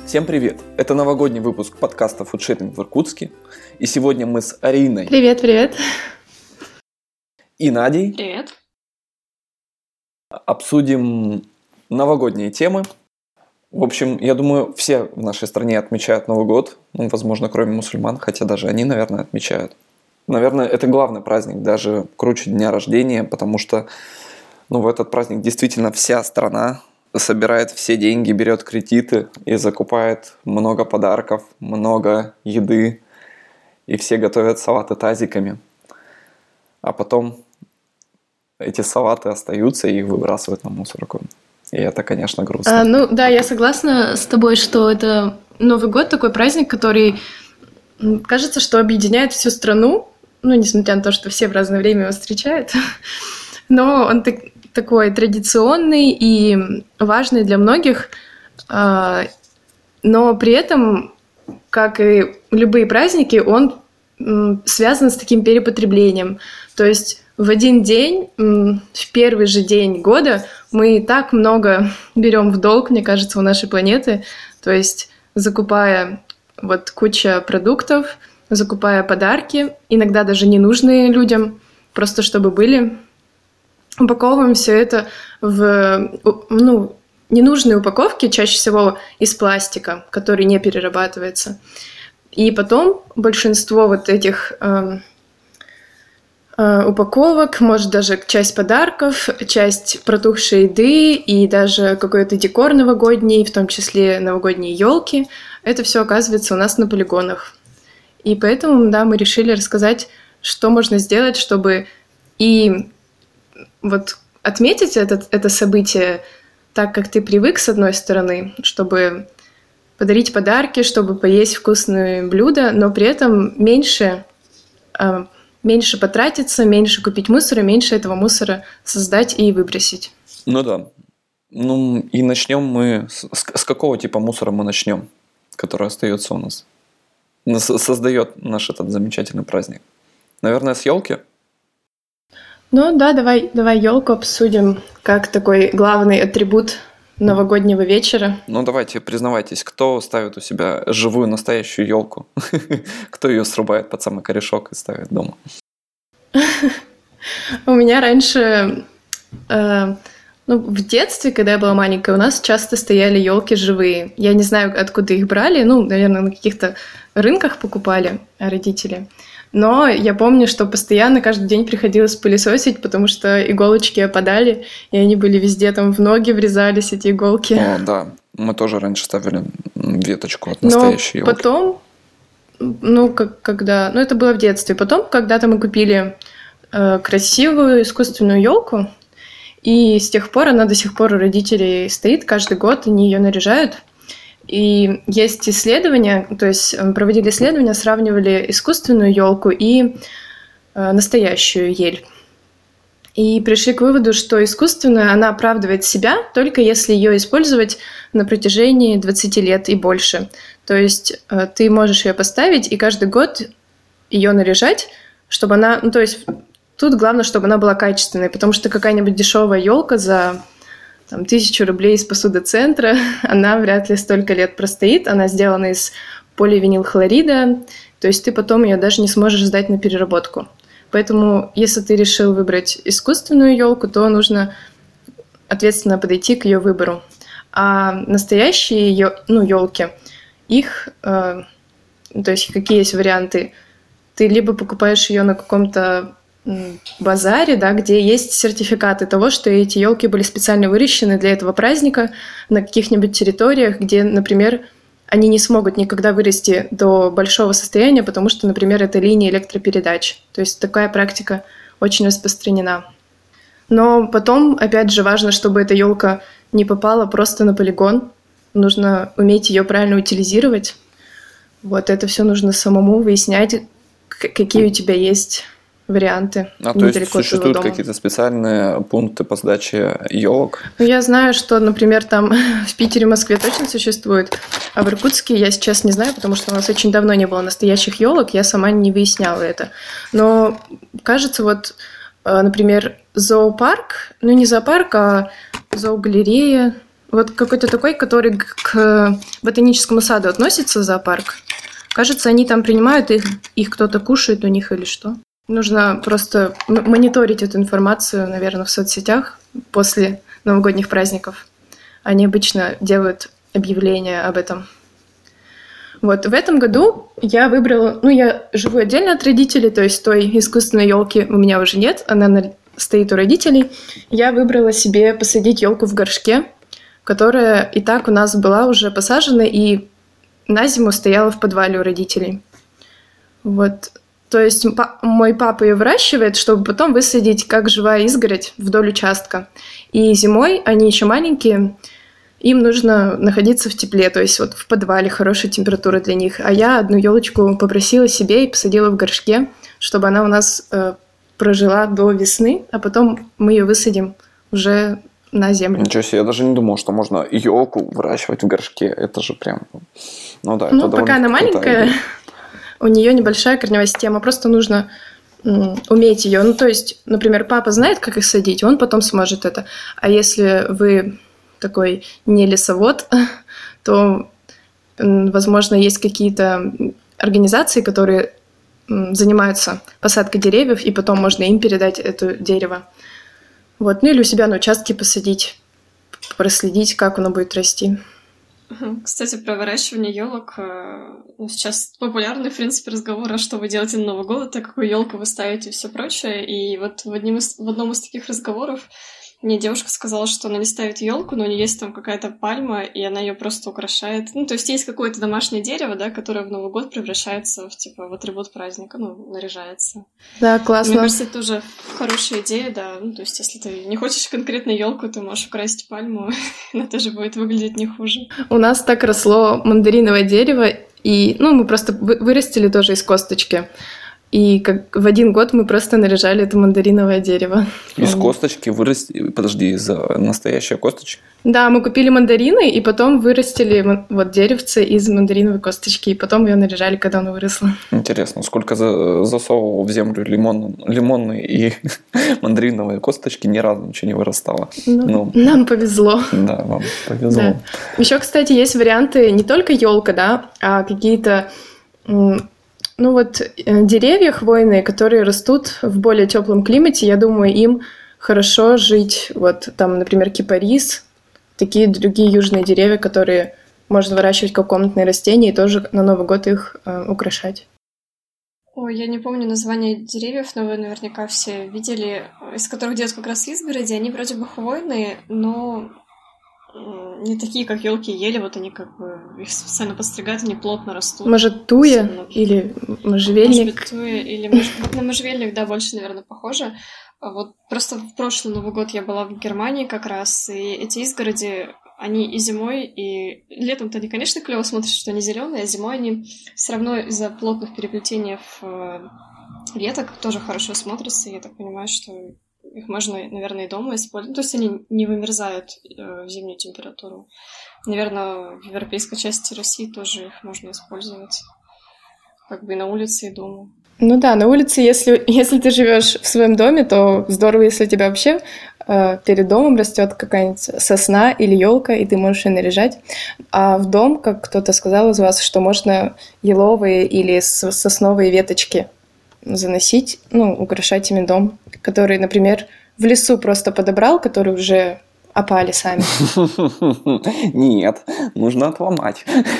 Всем привет! Это новогодний выпуск подкаста «Фудшеринг в Иркутске». И сегодня мы с Ариной. Привет! И Надей. Привет! Обсудим новогодние темы. В общем, я думаю, все в нашей стране отмечают Новый год. Возможно, кроме мусульман, хотя даже они, наверное, отмечают. Наверное, это главный праздник, даже круче дня рождения, потому что в этот праздник действительно вся страна собирает все деньги, берет кредиты и закупает много подарков, много еды. И все готовят салаты тазиками. А потом эти салаты остаются и их выбрасывают на мусорку. И это, конечно, грустно. Да, я согласна с тобой, что это Новый год такой праздник, который, кажется, что объединяет всю страну. Несмотря на то, что все в разное время его встречают. Но он такой традиционный и важный для многих. Но при этом, как и любые праздники, он связан с таким перепотреблением. То есть в один день, в первый же день года, мы так много берем в долг, мне кажется, у нашей планеты. То есть закупая куча продуктов, закупая подарки, иногда даже ненужные людям, просто чтобы были. Упаковываем все это в ненужные упаковки, чаще всего из пластика, который не перерабатывается. И потом большинство этих упаковок, может даже часть подарков, часть протухшей еды и даже какой-то декор новогодний, в том числе новогодние елки, это все оказывается у нас на полигонах. И поэтому, мы решили рассказать, что можно сделать, чтобы и отметить это событие так, как ты привык, с одной стороны, чтобы подарить подарки, чтобы поесть вкусные блюда, но при этом меньше потратиться, меньше купить мусора, меньше этого мусора создать и выбросить. Да. И начнем мы... С какого типа мусора мы начнем, который остается у нас? Создает наш этот замечательный праздник. Наверное, с елки? Давай елку обсудим как такой главный атрибут новогоднего вечера. Давайте, признавайтесь, кто ставит у себя живую настоящую елку? Кто ее срубает под самый корешок и ставит дома? У меня раньше, в детстве, когда я была маленькая, у нас часто стояли елки живые. Я не знаю, откуда их брали, наверное, на каких-то рынках покупали родители. Но я помню, что постоянно каждый день приходилось пылесосить, потому что иголочки опадали, и они были везде, в ноги врезались, эти иголки. О, да. Мы тоже раньше ставили веточку от настоящей елки. Но потом, это было в детстве. Потом, когда-то мы купили красивую искусственную елку, и с тех пор она до сих пор у родителей стоит. Каждый год они ее наряжают. И есть исследования, то есть проводили исследования, сравнивали искусственную елку и настоящую ель. И пришли к выводу, что искусственная, она оправдывает себя, только если ее использовать на протяжении 20 лет и больше. То есть ты можешь ее поставить и каждый год ее наряжать, чтобы она... тут главное, чтобы она была качественной, потому что какая-нибудь дешевая елка за 1000 рублей из посудоцентра, она вряд ли столько лет простоит. Она сделана из поливинилхлорида, то есть ты потом ее даже не сможешь сдать на переработку. Поэтому, если ты решил выбрать искусственную елку, то нужно ответственно подойти к ее выбору. А настоящие елки, их, то есть какие есть варианты, ты либо покупаешь ее на каком-то базаре, где есть сертификаты того, что эти елки были специально выращены для этого праздника на каких-нибудь территориях, где, например, они не смогут никогда вырасти до большого состояния, потому что, например, это линии электропередач. То есть такая практика очень распространена. Но потом, опять же, важно, чтобы эта елка не попала просто на полигон. Нужно уметь ее правильно утилизировать. Это все нужно самому выяснять, какие у тебя есть варианты. То есть существуют какие-то специальные пункты по сдаче елок? Я знаю, что, например, там в Питере, Москве точно существует, а в Иркутске я сейчас не знаю, потому что у нас очень давно не было настоящих елок, я сама не выясняла это. Но кажется, например, зоопарк, не зоопарк, а зоогалерея, Вот какой-то такой, который к ботаническому саду относится, зоопарк. Кажется, они там принимают их кто-то кушает у них или что. Нужно просто мониторить эту информацию, наверное, в соцсетях после новогодних праздников. Они обычно делают объявления об этом. Вот, в этом году я выбрала... я живу отдельно от родителей, то есть той искусственной елки у меня уже нет, она стоит у родителей. Я выбрала себе посадить елку в горшке, которая и так у нас была уже посажена и на зиму стояла в подвале у родителей. Вот. То есть мой папа ее выращивает, чтобы потом высадить как живая изгородь вдоль участка. И зимой, они еще маленькие, им нужно находиться в тепле, то есть вот в подвале хорошая температура для них. А я одну елочку попросила себе и посадила в горшке, чтобы она у нас прожила до весны, а потом мы ее высадим уже на землю. Ничего себе, я даже не думал, что можно елку выращивать в горшке. Это же прям... это пока она маленькая, у нее небольшая корневая система, просто нужно уметь ее. То есть, например, папа знает, как их садить, он потом сможет это. А если вы такой не лесовод, то, возможно, есть какие-то организации, которые занимаются посадкой деревьев, и потом можно им передать это дерево. Вот. Или у себя на участке посадить, проследить, как оно будет расти. Кстати, про выращивание елок. Сейчас популярный, в принципе, разговор, а что вы делаете на Новый год, какую елку вы ставите и все прочее. И вот в одном из таких разговоров мне девушка сказала, что она не ставит елку, но у нее есть там какая-то пальма, и она ее просто украшает. То есть есть какое-то домашнее дерево, да, которое в Новый год превращается в атрибут праздника, наряжается. Да, классно. Мне кажется, это тоже хорошая идея, да. То есть если ты не хочешь конкретно елку, ты можешь украсить пальму, она тоже будет выглядеть не хуже. У нас так росло мандариновое дерево, и мы просто вырастили тоже из косточки. И в один год мы просто наряжали это мандариновое дерево. Из косточки вырастили... Подожди, из настоящей косточки? Да, мы купили мандарины, и потом вырастили деревце из мандариновой косточки, и потом ее наряжали, когда оно выросло. Интересно, сколько засовывал в землю лимонные и мандариновые косточки, ни разу ничего не вырастало. Нам повезло. Да, вам повезло. Да. Еще, кстати, есть варианты не только елка, да, а какие-то... деревья хвойные, которые растут в более теплом климате, я думаю, им хорошо жить. Вот там, например, кипарис, такие другие южные деревья, которые можно выращивать как комнатные растения и тоже на Новый год их украшать. Ой, я не помню название деревьев, но вы наверняка все видели, из которых делают как раз изгороди. Они вроде бы хвойные, но не такие, как елки и ели, вот они их специально подстригают, они плотно растут. Может, туя или можжевельник? Может быть, туя или на можжевельник, да, больше, наверное, похоже. Вот просто в прошлый Новый год я была в Германии как раз, и эти изгороди, они и зимой, и летом-то они, конечно, клево смотрятся, что они зеленые, а зимой они все равно из-за плотных переплетений веток тоже хорошо смотрятся, и я так понимаю, что их можно, наверное, и дома использовать. То есть они не вымерзают в зимнюю температуру. Наверное, в европейской части России тоже их можно использовать. И на улице, и дома. На улице, если ты живешь в своем доме, то здорово, если у тебя вообще перед домом растет какая-нибудь сосна или елка, и ты можешь ее наряжать. А в дом, как кто-то сказал из вас, что можно еловые или сосновые веточки заносить, украшать ими дом, который, например, в лесу просто подобрал, которые уже опали сами. Нет, нужно отломать.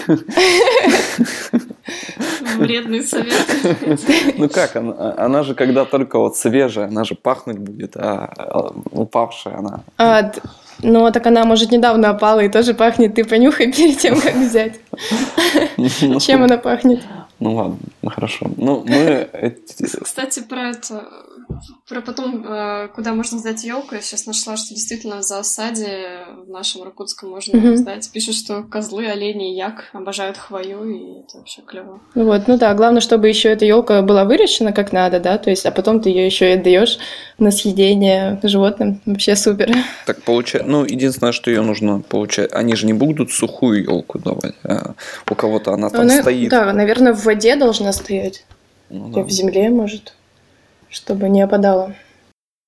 Вредный совет. Как, она же когда только свежая, она же пахнуть будет, а упавшая она... так она, может, недавно опала и тоже пахнет. Ты понюхай перед тем, как взять. Чем она пахнет? Ладно, хорошо. Кстати, про потом, куда можно сдать елку, я сейчас нашла, что действительно в зоосаде в нашем Иркутском можно сдать. Пишут, что козлы, олени и як обожают хвою, и это вообще клево. Главное, чтобы еще эта елка была выращена как надо, да, то есть, а потом ты ее еще и отдаешь на съедение животным. Вообще супер. Так получается, единственное, что ее нужно получать, они же не будут сухую елку давать, а у кого-то она там стоит. Да, наверное, в воде должна стоять. В земле, может, чтобы не опадала.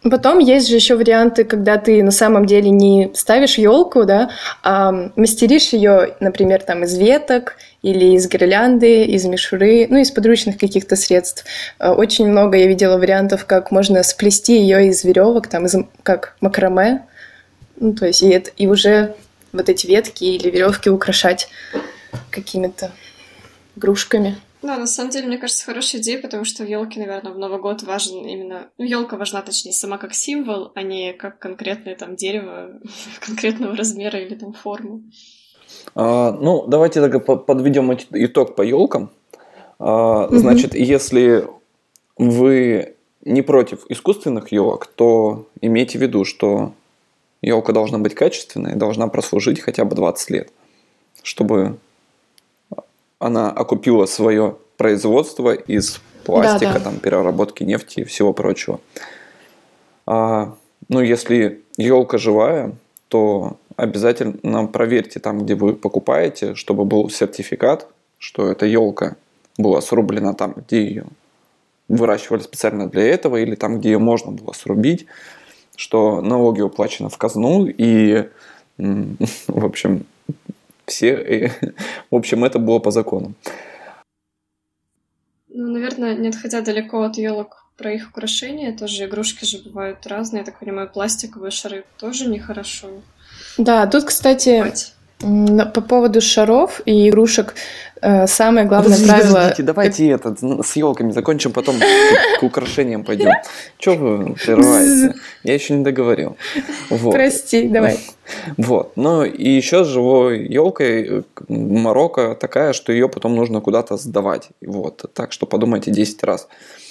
Потом есть же еще варианты, когда ты на самом деле не ставишь елку, да, а мастеришь ее, например, там из веток или из гирлянды, из мишуры, ну, из подручных каких-то средств. Очень много я видела вариантов, как можно сплести ее из веревок, там, как макраме, ну, то есть и уже вот эти ветки или веревки украшать какими-то игрушками. Да, на самом деле, мне кажется, хорошая идея, потому что в елке, наверное, в Новый год важен именно... Ну, елка важна, точнее, сама как символ, а не как конкретное там дерево конкретного размера или там формы. Ну, давайте тогда подведем итог по елкам. Значит, если вы не против искусственных елок, то имейте в виду, что елка должна быть качественной, должна прослужить хотя бы 20 лет, чтобы она окупила свое производство из пластика, там, переработки нефти и всего прочего. Ну, если елка живая, то обязательно проверьте там, где вы покупаете, чтобы был сертификат, что эта елка была срублена там, где ее выращивали специально для этого, или там, где ее можно было срубить, что налоги уплачены в казну, и, в общем, это было по закону. Ну, наверное, не отходя далеко от елок, про их украшения, тоже игрушки же бывают разные. Я так понимаю, пластиковые шары тоже нехорошо. Да, тут, кстати, по поводу шаров и игрушек самое главное правило... Подождите, давайте с елками закончим, потом к украшениям пойдем. Чего вы прерываете? Я еще не договорил. Вот. Прости, давай. Вот. Ну и еще с живой елкой морока такая, что ее потом нужно куда-то сдавать. Вот. Так что подумайте 10 раз.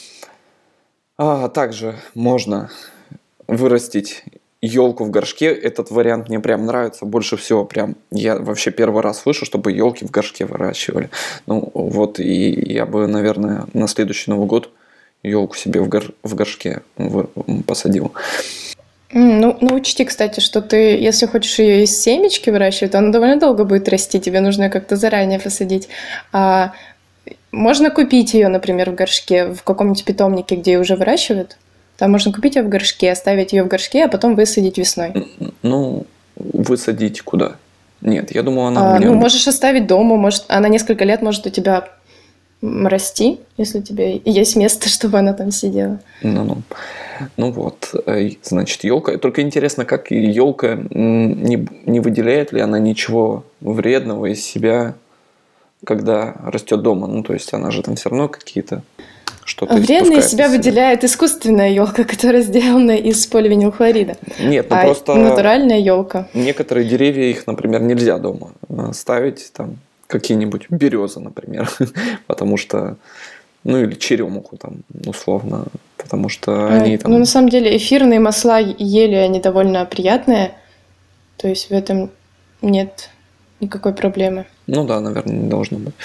Также можно вырастить елку в горшке. Этот вариант мне прям нравится больше всего. Прям я вообще первый раз слышу, чтобы елки в горшке выращивали. Ну вот, и я бы, наверное, на следующий Новый год елку себе в горшке посадил. Ну, учти, кстати, что ты, если хочешь ее из семечки выращивать, то она довольно долго будет расти. Тебе нужно как-то заранее посадить. Можно купить ее, например, в горшке, в каком-нибудь питомнике, где ее уже выращивают. Там можно купить ее в горшке, оставить ее в горшке, а потом высадить весной. Ну, высадить куда? Нет, я думал, она... Ну, можешь оставить дома, может, она несколько лет может у тебя расти, если у тебя есть место, чтобы она там сидела. Ну вот, значит, елка. Только интересно, как елка не выделяет ли она ничего вредного из себя, когда растет дома. Ну, то есть она же там все равно какие-то что-то вредно из себя выделяет искусственная елка, которая сделана из поливинилхлорида. Нет, ну просто натуральная елка. Некоторые деревья, их, например, нельзя дома ставить, там какие-нибудь березы, например, потому что, ну или черемуху там условно, потому что они там... Ну, на самом деле, эфирные масла ели, они довольно приятные, то есть в этом нет никакой проблемы. Ну да, наверное, не должно быть.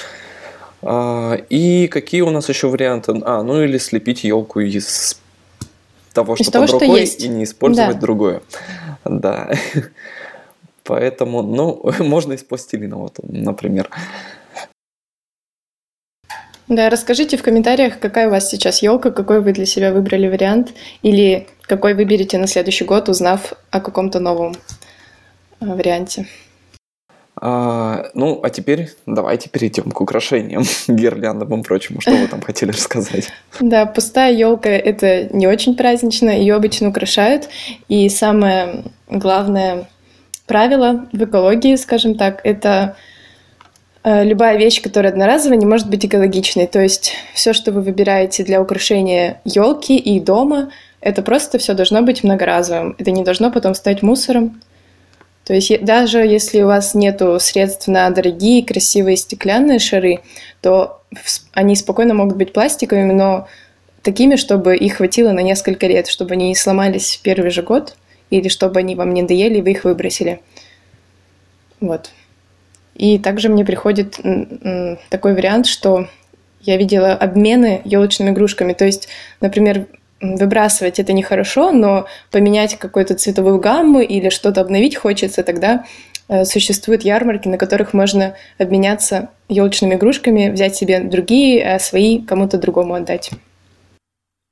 И какие у нас еще варианты? Ну или слепить елку из того, что под рукой, и не использовать другое. Да. Поэтому, можно из пластилина, вот, например. Да, расскажите в комментариях, какая у вас сейчас елка, какой вы для себя выбрали вариант, или какой выберете на следующий год, узнав о каком-то новом варианте. А теперь давайте перейдем к украшениям, гирляндам и прочему. Что вы там хотели рассказать? Да, пустая елка — это не очень празднично, ее обычно украшают. И самое главное правило в экологии, скажем так, это любая вещь, которая одноразовая, не может быть экологичной. То есть все, что вы выбираете для украшения елки и дома, это просто все должно быть многоразовым. Это не должно потом стать мусором. То есть даже если у вас нету средств на дорогие, красивые стеклянные шары, то они спокойно могут быть пластиковыми, но такими, чтобы их хватило на несколько лет, чтобы они не сломались в первый же год, или чтобы они вам не надоели, и вы их выбросили. Вот. И также мне приходит такой вариант, что я видела обмены елочными игрушками. То есть, например, выбрасывать это нехорошо, но поменять какую-то цветовую гамму или что-то обновить хочется, тогда существуют ярмарки, на которых можно обменяться елочными игрушками, взять себе другие, а свои кому-то другому отдать.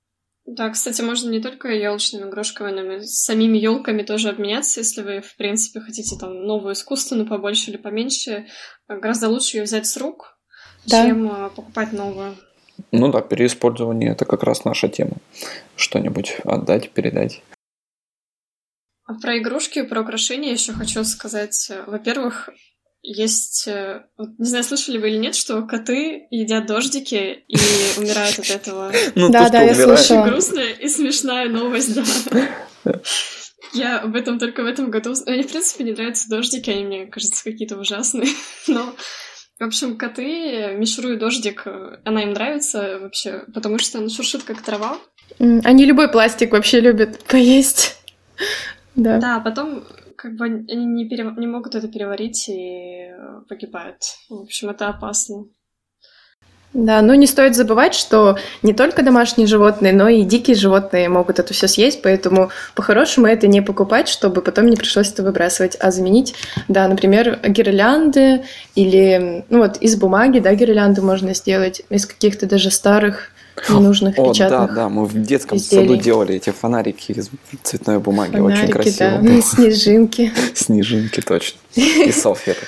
Да, кстати, можно не только елочными игрушками, но и с самими елками тоже обменяться, если вы, в принципе, хотите там новую искусственную побольше или поменьше. Гораздо лучше ее взять с рук, Да. чем покупать новую. Ну да, переиспользование – это как раз наша тема. Что-нибудь отдать, передать. А про игрушки, про украшения еще хочу сказать. Во-первых, есть... вот не знаю, слышали вы или нет, что коты едят дождики и умирают от этого. Ну, Да, то, да, что я умирает. слышала. Очень грустная и смешная новость, да. Я об этом только в этом году... Мне, в принципе, не нравятся дождики, они мне кажутся какие-то ужасные. Но, в общем, коты, мишуру и дождик, она им нравится вообще, потому что она шуршит, как трава. Они любой пластик вообще любят поесть. Да. Да, а потом как бы они не могут это переварить и погибают. В общем, это опасно. Да, но не стоит забывать, что не только домашние животные, но и дикие животные могут это все съесть, поэтому по-хорошему это не покупать, чтобы потом не пришлось это выбрасывать, а заменить, да, например, гирлянды или, ну вот, из бумаги, да, гирлянды можно сделать, из каких-то даже старых ненужных печатных да, мы в детском изделий. саду делали эти фонарики из цветной бумаги, очень Фонарики, красиво да, было. снежинки. Снежинки, точно. И салфеток.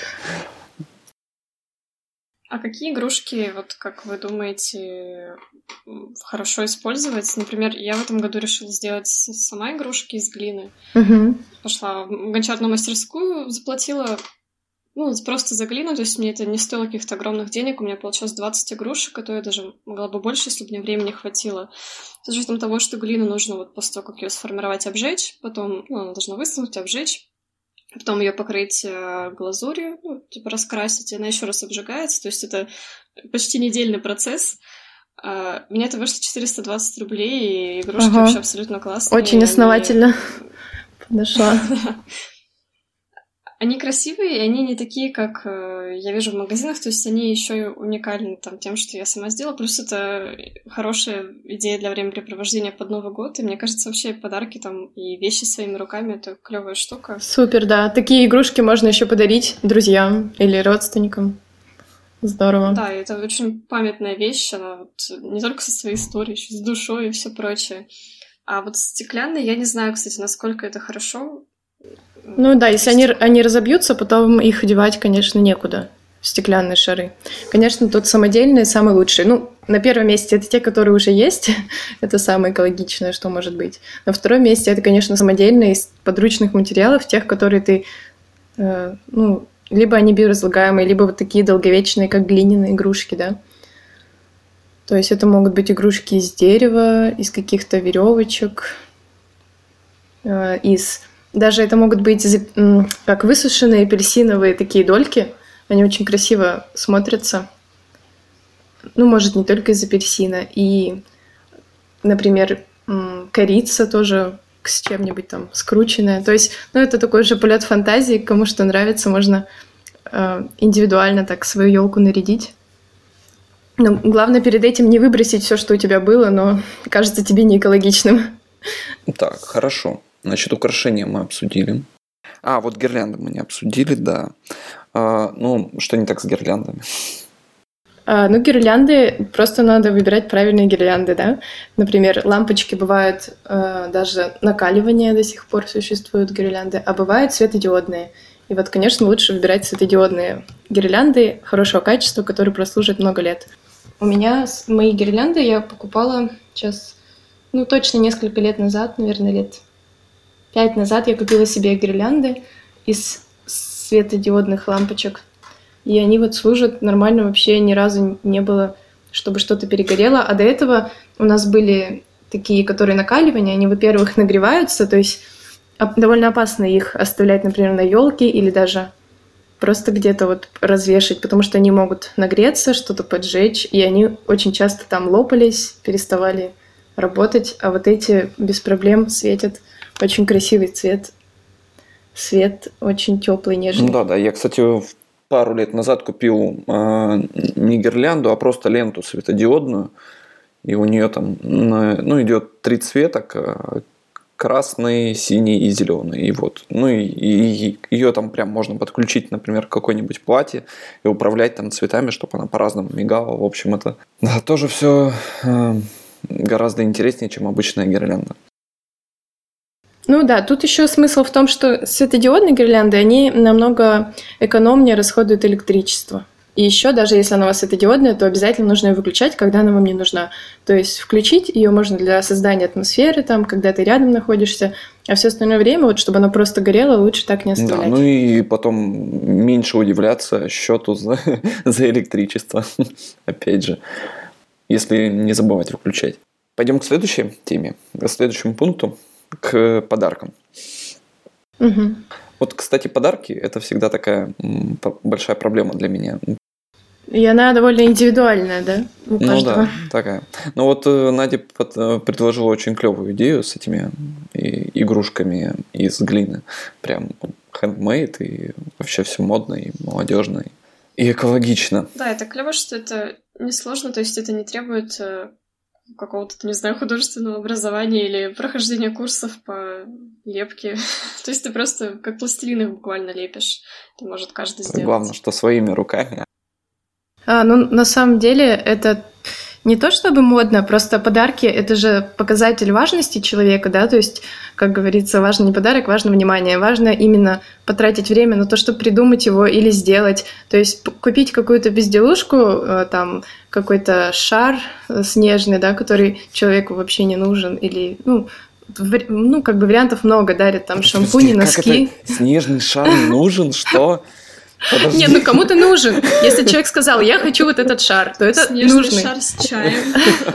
А какие игрушки, вот как вы думаете, хорошо использовать? Например, я в этом году решила сделать сама игрушки из глины. Мгм. Пошла в гончарную мастерскую, заплатила, ну, просто за глину, то есть мне это не стоило каких-то огромных денег, у меня получилось 20 игрушек, а то я даже могла бы больше, если бы мне времени хватило. С учетом того, что глину нужно вот после того, как ее сформировать, обжечь, потом, ну, она должна высохнуть, обжечь, потом ее покрыть глазурью, ну, типа раскрасить, и она еще раз обжигается, то есть это почти недельный процесс. Мне это вышло 420 рублей, и игрушки Ага. вообще абсолютно классные. Очень они- основательно подошла. Они красивые, и они не такие, как я вижу в магазинах, то есть они еще и уникальны там, тем, что я сама сделала. Плюс это хорошая идея для времяпрепровождения под Новый год. И мне кажется, вообще подарки там и вещи своими руками — это клевая штука. Супер, да. Такие игрушки можно еще подарить друзьям или родственникам. Здорово. Да, и это очень памятная вещь, она вот не только со своей историей, еще с душой и все прочее. А вот стеклянные, я не знаю, кстати, насколько это хорошо. Ну да, если они разобьются, потом их одевать, конечно, некуда. Стеклянные шары. Конечно, тут самодельные самые лучшие. Ну, на первом месте это те, которые уже есть. Это самое экологичное, что может быть. На втором месте это, конечно, самодельные из подручных материалов, тех, которые ты... ну, либо они биоразлагаемые, либо вот такие долговечные, как глиняные игрушки, да. То есть это могут быть игрушки из дерева, из каких-то веревочек, даже это могут быть как высушенные апельсиновые такие дольки. Они очень красиво смотрятся. Ну, может, не только из апельсина. И, например, корица тоже с чем-нибудь там скрученная. То есть, ну, это такой же полет фантазии. Кому что нравится, можно индивидуально так свою елку нарядить. Но главное перед этим не выбросить все, что у тебя было, но кажется тебе не экологичным. Так, хорошо. Значит, украшения мы обсудили. Вот гирлянды мы не обсудили, да. Ну, что не так с гирляндами? Ну, гирлянды, просто надо выбирать правильные гирлянды, да. Например, лампочки бывают, даже накаливание до сих пор существуют гирлянды, а бывают светодиодные. И вот, конечно, лучше выбирать светодиодные гирлянды хорошего качества, которые прослужат много лет. У меня мои гирлянды я покупала сейчас, ну, точно несколько лет назад, наверное, лет 5 назад я купила себе гирлянды из светодиодных лампочек. И они вот служат нормально, вообще ни разу не было, чтобы что-то перегорело. А до этого у нас были такие, которые накаливания, они, во-первых, нагреваются, то есть довольно опасно их оставлять, например, на елке или даже просто где-то вот развешать, потому что они могут нагреться, что-то поджечь, и они очень часто там лопались, переставали работать, а вот эти без проблем светят. Очень красивый цвет. Свет очень теплый, нежный. Ну да, я, кстати, пару лет назад купил не гирлянду, а просто ленту светодиодную. И у нее там, ну, идет 3 цвета: красный, синий и зеленый. И вот. Ну и ее там прям можно подключить, например, к какой-нибудь платье и управлять там цветами, чтобы она по-разному мигала. В общем, это да, тоже все гораздо интереснее, чем обычная гирлянда. Ну да, тут еще смысл в том, что светодиодные гирлянды, они намного экономнее расходуют электричество. И еще, даже если она у вас светодиодная, то обязательно нужно ее выключать, когда она вам не нужна. То есть включить ее можно для создания атмосферы, там, когда ты рядом находишься, а все остальное время, вот, чтобы она просто горела, лучше так не оставлять. Да, ну и потом меньше удивляться счету за электричество, опять же, если не забывать выключать. Пойдем к следующей теме, к следующему пункту, к подаркам. Угу. Вот, кстати, подарки – это всегда такая большая проблема для меня. И она довольно индивидуальная, да? У каждого. Ну да, такая. Ну вот Надя предложила очень клевую идею с этими игрушками из глины. Прям handmade и вообще все модно и молодежно и экологично. Да, это клево, что это несложно, то есть это не требует какого-то, не знаю, художественного образования или прохождения курсов по лепке. То есть ты просто как пластилин их буквально лепишь. Это может каждый сделать. Главное, что своими руками. Ну, на самом деле, это не то чтобы модно, просто подарки — это же показатель важности человека, да, то есть, как говорится, важно не подарок, важно внимание, важно именно потратить время на то, чтобы придумать его или сделать, то есть купить какую-то безделушку, там, какой-то шар снежный, да, который человеку вообще не нужен, или, как бы вариантов много, дарят там шампуни, носки. Как это? Снежный шар нужен? Что? Подожди. Нет, кому-то нужен. Если человек сказал, я хочу вот этот шар, то это снежный нужный. Шар с чаем.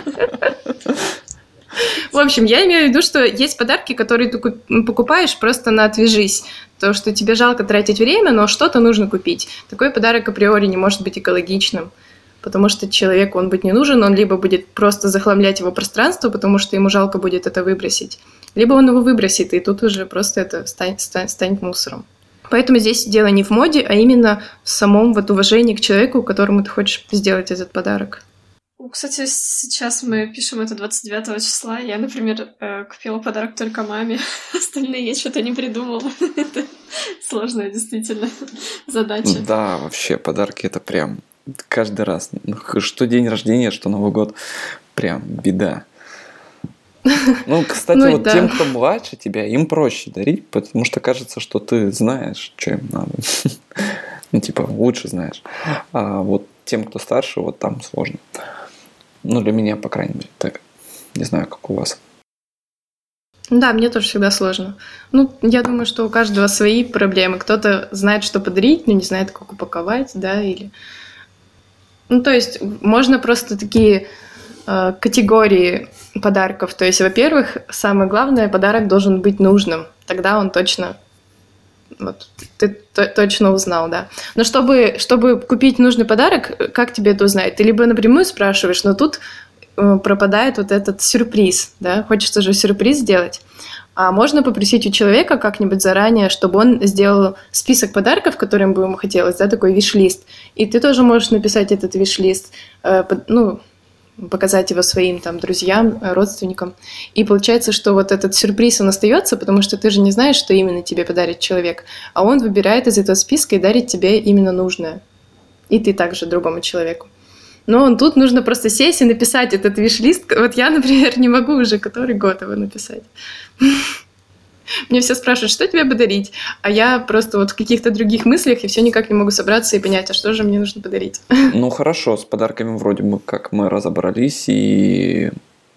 В общем, я имею в виду, что есть подарки, которые ты покупаешь просто на «отвяжись». То, что тебе жалко тратить время, но что-то нужно купить. Такой подарок априори не может быть экологичным, потому что человеку он быть не нужен, он либо будет просто захламлять его пространство, потому что ему жалко будет это выбросить, либо он его выбросит, и тут уже просто это станет мусором. Поэтому здесь дело не в моде, а именно в самом вот уважении к человеку, которому ты хочешь сделать этот подарок. Кстати, сейчас мы пишем это 29 числа. Я, например, купила подарок только маме. Остальные я что-то не придумала. Это сложная действительно задача. Да, вообще подарки это прям каждый раз. Что день рождения, что Новый год. Прям беда. Ну, кстати, вот да. Тем, кто младше тебя, им проще дарить, потому что кажется, что ты знаешь, что им надо. Ну, типа, лучше знаешь. А вот тем, кто старше, вот там сложно. Ну, для меня, по крайней мере, так. Не знаю, как у вас. Да, мне тоже всегда сложно. Ну, я думаю, что у каждого свои проблемы. Кто-то знает, что подарить, но не знает, как упаковать, да, или... Ну, то есть, можно просто такие категории подарков. То есть, во-первых, самое главное, подарок должен быть нужным. Тогда он точно... Вот, ты точно узнал, да. Но чтобы купить нужный подарок, как тебе это узнать? Ты либо напрямую спрашиваешь, но тут пропадает вот этот сюрприз, да, хочется же сюрприз сделать. А можно попросить у человека как-нибудь заранее, чтобы он сделал список подарков, которым бы ему хотелось, да, такой виш-лист. И ты тоже можешь написать этот виш-лист, показать его своим там друзьям, родственникам. И получается, что вот этот сюрприз, он остается, потому что ты же не знаешь, что именно тебе подарит человек, а он выбирает из этого списка и дарит тебе именно нужное. И ты также другому человеку. Но тут нужно просто сесть и написать этот виш-лист. Вот я, например, не могу уже который год его написать. Мне все спрашивают, что тебе подарить, а я просто вот в каких-то других мыслях и все никак не могу собраться и понять, а что же мне нужно подарить. Ну хорошо, с подарками вроде бы как мы разобрались, и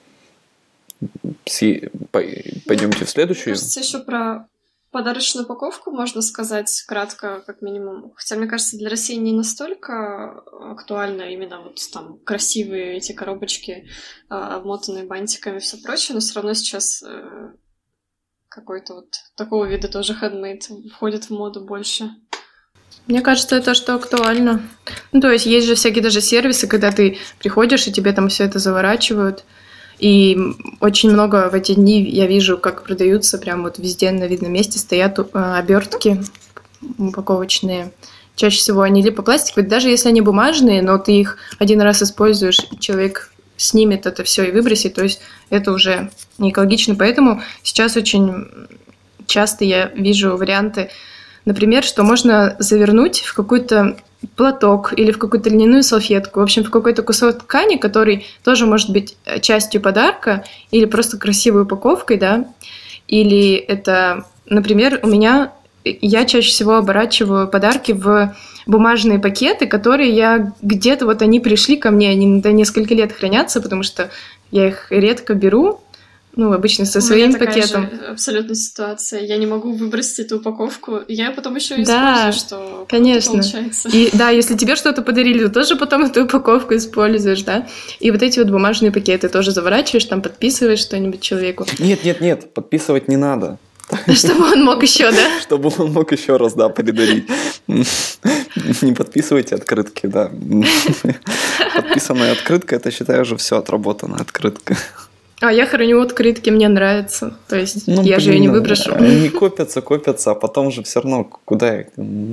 пойдемте в следующую. Мне кажется, еще про подарочную упаковку можно сказать кратко, как минимум. Хотя, мне кажется, для России не настолько актуально именно вот там красивые эти коробочки, обмотанные бантиками и все прочее, но все равно сейчас... какой-то вот такого вида тоже handmade входит в моду больше. Мне кажется, это что актуально. Ну, то есть есть же всякие даже сервисы, когда ты приходишь, и тебе там все это заворачивают. И очень много в эти дни я вижу, как продаются, прям вот везде на видном месте стоят обертки упаковочные. Чаще всего они либо пластиковые, даже если они бумажные, но ты их один раз используешь, и человек снимет это все и выбросит, то есть это уже не экологично. Поэтому сейчас очень часто я вижу варианты Например, что можно завернуть в какой-то платок или в какую-то льняную салфетку. В общем, в какой-то кусок ткани, который тоже может быть частью подарка или просто красивой упаковкой, да. Или это, например, я чаще всего оборачиваю подарки в бумажные пакеты, которые я где-то, вот они пришли ко мне, они до несколько лет хранятся, потому что я их редко беру, обычно со своим пакетом. Же абсолютно ситуация. Я не могу выбросить эту упаковку. Я потом еще да, использую, что конечно. Получается. И да, если тебе что-то подарили, ты тоже потом эту упаковку используешь, да. И вот эти вот бумажные пакеты тоже заворачиваешь, там подписываешь что-нибудь человеку. Нет, подписывать не надо. Чтобы он мог еще, да? Чтобы он мог еще раз, да, передарить. Не подписывайте открытки, да. Подписанная открытка, это, считаю, уже все отработанная открытка. А я храню открытки, мне нравится. То есть я же ее не выброшу. Они копятся, а потом же все равно куда их?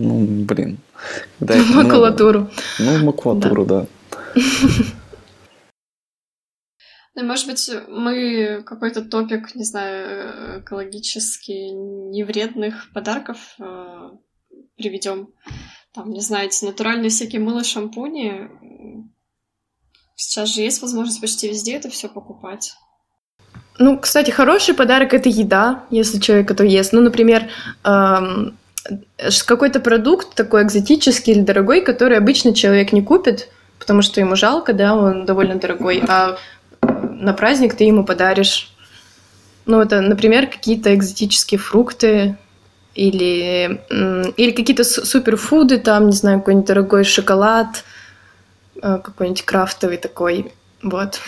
В макулатуру. В макулатуру, да. Может быть, мы какой-то топик, не знаю, экологически невредных подарков приведем. Там, не знаю, эти натуральные всякие мыло, шампуни. Сейчас же есть возможность почти везде это все покупать. Кстати, хороший подарок – это еда, если человек это ест. Например, какой-то продукт такой экзотический или дорогой, который обычно человек не купит, потому что ему жалко, да, он довольно дорогой, а на праздник ты ему подаришь. Это, например, какие-то экзотические фрукты или какие-то суперфуды, там, не знаю, какой-нибудь дорогой шоколад, какой-нибудь крафтовый такой, вот.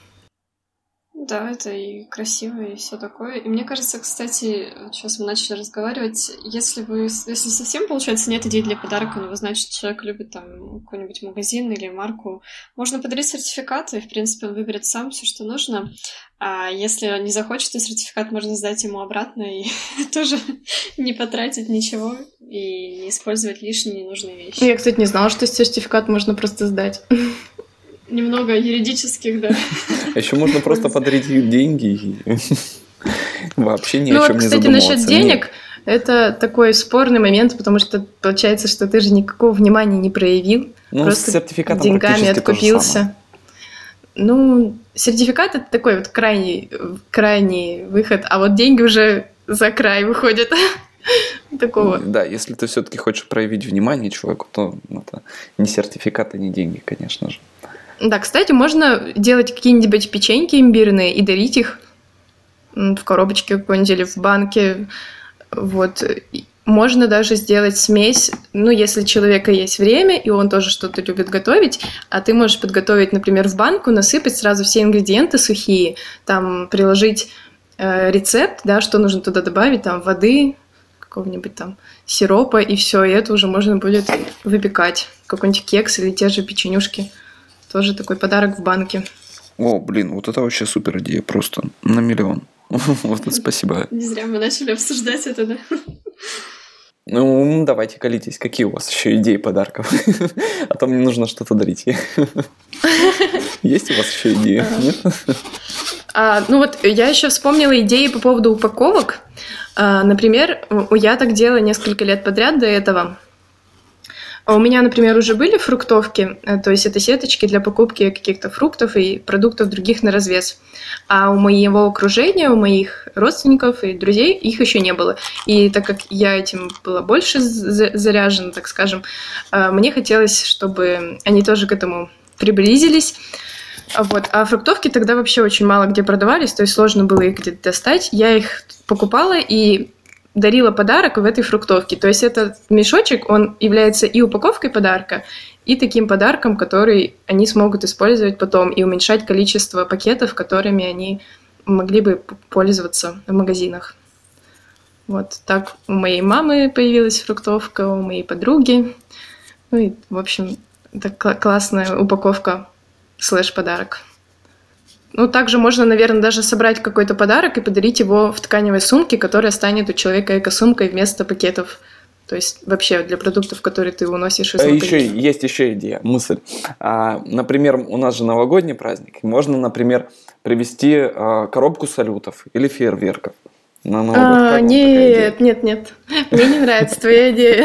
Да, это и красиво, и все такое. И мне кажется, кстати, сейчас мы начали разговаривать, если совсем, получается, нет идей для подарка, но вы знаете, что человек любит там какой-нибудь магазин или марку, можно подарить сертификат, и, в принципе, он выберет сам все, что нужно. А если он не захочет, то сертификат можно сдать ему обратно и тоже не потратить ничего и не использовать лишние ненужные вещи. Я, кстати, не знала, что сертификат можно просто сдать. Немного юридических, да. Еще можно просто подарить деньги и вообще ни о чем не задумываться. Кстати, насчет денег, это такой спорный момент, потому что получается, что ты же никакого внимания не проявил, просто деньгами откупился. Сертификат – это такой вот крайний выход, а вот деньги уже за край выходят. Такого. Да, если ты все-таки хочешь проявить внимание человеку, то это не сертификаты, не деньги, конечно же. Да, кстати, можно делать какие-нибудь печеньки имбирные и дарить их в коробочке какой-нибудь или в банке. Вот. Можно даже сделать смесь, если у человека есть время, и он тоже что-то любит готовить, а ты можешь подготовить, например, в банку, насыпать сразу все ингредиенты сухие, там приложить рецепт, да, что нужно туда добавить, там воды, какого-нибудь там сиропа, и все, и это уже можно будет выпекать. Какой-нибудь кекс или те же печенюшки. Тоже такой подарок в банке. Вот это вообще супер идея, просто на миллион. Вот, спасибо. Не зря мы начали обсуждать это, да? Давайте колитесь. Какие у вас еще идеи подарков? А то мне нужно что-то дарить. Есть у вас еще идеи? Нет? Я еще вспомнила идеи по поводу упаковок. Например, я так делала несколько лет подряд до этого. У меня, например, уже были фруктовки, то есть это сеточки для покупки каких-то фруктов и продуктов других на развес. А у моего окружения, у моих родственников и друзей их еще не было. И так как я этим была больше заряжена, так скажем, мне хотелось, чтобы они тоже к этому приблизились. Вот. А фруктовки тогда вообще очень мало где продавались, то есть сложно было их где-то достать. Я их покупала и дарила подарок в этой фруктовке. То есть этот мешочек, он является и упаковкой подарка, и таким подарком, который они смогут использовать потом и уменьшать количество пакетов, которыми они могли бы пользоваться в магазинах. Вот так у моей мамы появилась фруктовка, у моей подруги. И, в общем, это классная упаковка /подарок. Также можно, наверное, даже собрать какой-то подарок и подарить его в тканевой сумке, которая станет у человека эко-сумкой вместо пакетов. То есть вообще для продуктов, которые ты уносишь из магазина. Есть еще идея, мысль. Например, у нас же новогодний праздник. Можно, например, привезти коробку салютов или фейерверков. на Новый год? Как вам такая идея? Нет. Мне не нравится твоя идея.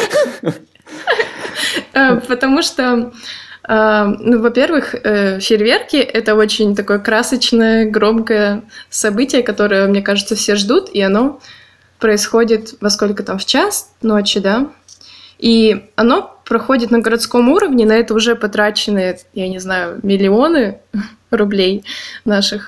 Потому что, во-первых, фейерверки — это очень такое красочное, громкое событие, которое, мне кажется, все ждут, и оно происходит во сколько там, в час ночи, да? И оно проходит на городском уровне, на это уже потрачены, я не знаю, миллионы рублей наших.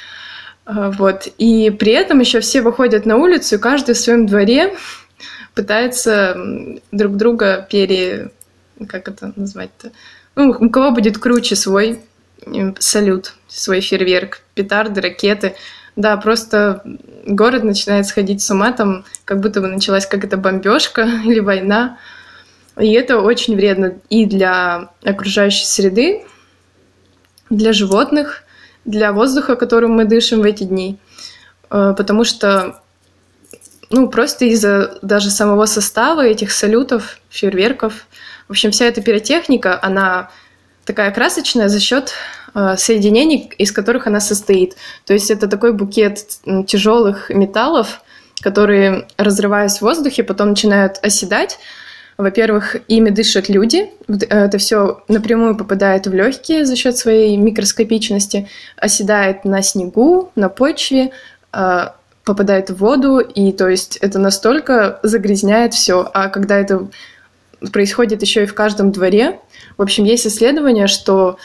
Вот. И при этом еще все выходят на улицу, и каждый в своем дворе пытается друг друга как это назвать-то? Ну, у кого будет круче свой салют, свой фейерверк, петарды, ракеты. Да, просто город начинает сходить с ума, там как будто бы началась какая-то бомбежка или война. И это очень вредно и для окружающей среды, для животных, для воздуха, которым мы дышим в эти дни. Потому что, просто из-за даже самого состава этих салютов, фейерверков, в общем, вся эта пиротехника, она такая красочная за счет соединений, из которых она состоит. То есть это такой букет тяжелых металлов, которые, разрываясь в воздухе, потом начинают оседать. Во-первых, ими дышат люди. Это все напрямую попадает в легкие за счет своей микроскопичности, оседает на снегу, на почве, попадает в воду, и то есть это настолько загрязняет все. А когда это происходит еще и в каждом дворе, в общем, есть исследование, что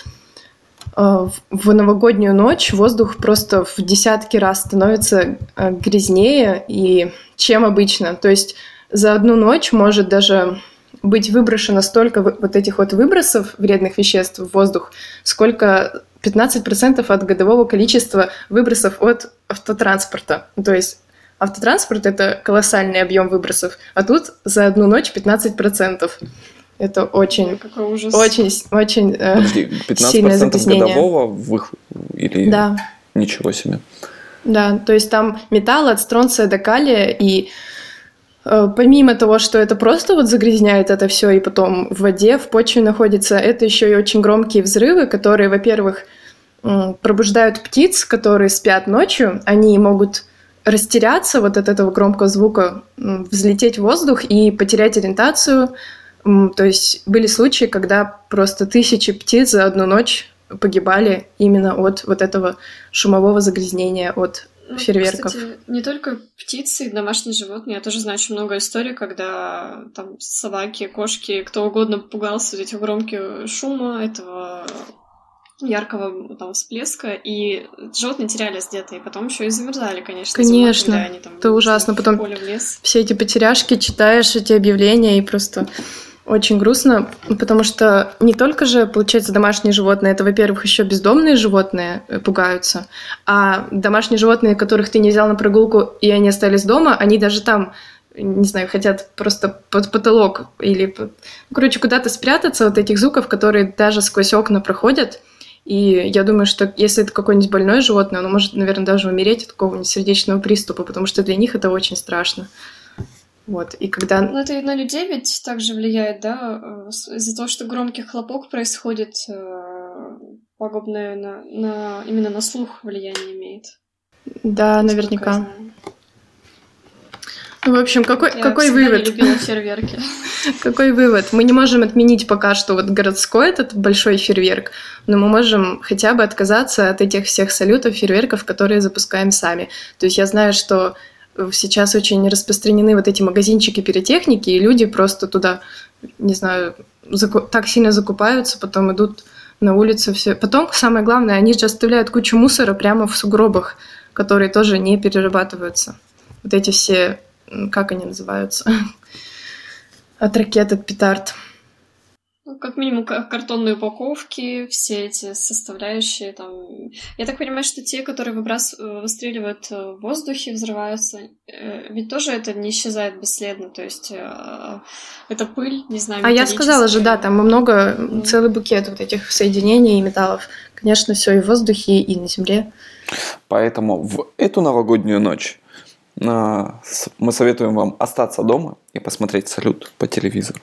в новогоднюю ночь воздух просто в десятки раз становится грязнее, чем обычно. То есть за одну ночь может даже быть выброшено столько вот этих вот выбросов вредных веществ в воздух, сколько 15% от годового количества выбросов от автотранспорта. То есть автотранспорт — это колоссальный объем выбросов, а тут за одну ночь 15%. Это очень, какой ужас. Очень Подожди, 15% сильное загрязнение. Годового или Да. Ничего себе. Да, то есть там металлы от стронция до калия, и помимо того, что это просто вот загрязняет это все, и потом в воде, в почве находится, это еще и очень громкие взрывы, которые, во-первых, пробуждают птиц, которые спят ночью, они могут растеряться вот от этого громкого звука, взлететь в воздух и потерять ориентацию. То есть были случаи, когда просто тысячи птиц за одну ночь погибали именно от вот этого шумового загрязнения, от фейерверков. Кстати, не только птицы и домашние животные. Я тоже знаю очень много историй, когда там собаки, кошки, кто угодно пугался этих громких шума, этого яркого там всплеска, и животные терялись где-то, и потом еще и замерзали, конечно. Конечно, зимой, когда они там это ужасно. Потом в поле, в лес. Все эти потеряшки, читаешь эти объявления, и просто очень грустно, потому что не только же, получается, домашние животные, это, во-первых, еще бездомные животные пугаются, а домашние животные, которых ты не взял на прогулку, и они остались дома, они даже там, не знаю, хотят просто под потолок или, куда-то спрятаться от этих звуков, которые даже сквозь окна проходят. И я думаю, что если это какое-нибудь больное животное, оно может, наверное, даже умереть от какого-нибудь сердечного приступа, потому что для них это очень страшно. Вот, и когда... Ну, это и на людей ведь также влияет, да? Из-за того, что громкий хлопок происходит, пагубное именно на слух влияние имеет. Да, наверняка. Ну, в общем, какой вывод? Я любила фейерверки. Какой вывод? Мы не можем отменить пока что вот городской этот большой фейерверк, но мы можем хотя бы отказаться от этих всех салютов, фейерверков, которые запускаем сами. То есть я знаю, что сейчас очень распространены вот эти магазинчики пиротехники, и люди просто туда, не знаю, так сильно закупаются, потом идут на улицу. Все. Потом, самое главное, они же оставляют кучу мусора прямо в сугробах, которые тоже не перерабатываются. Вот эти все, как они называются? От ракет, от петард. Ну, как минимум, картонные упаковки, все эти составляющие там. Я так понимаю, что те, которые выстреливают в воздухе, взрываются, ведь тоже это не исчезает бесследно, то есть это пыль, не знаю, А я сказала же, да, там много, целый букет вот этих соединений и металлов. Конечно, все и в воздухе, и на земле. Поэтому в эту новогоднюю ночь мы советуем вам остаться дома и посмотреть салют по телевизору.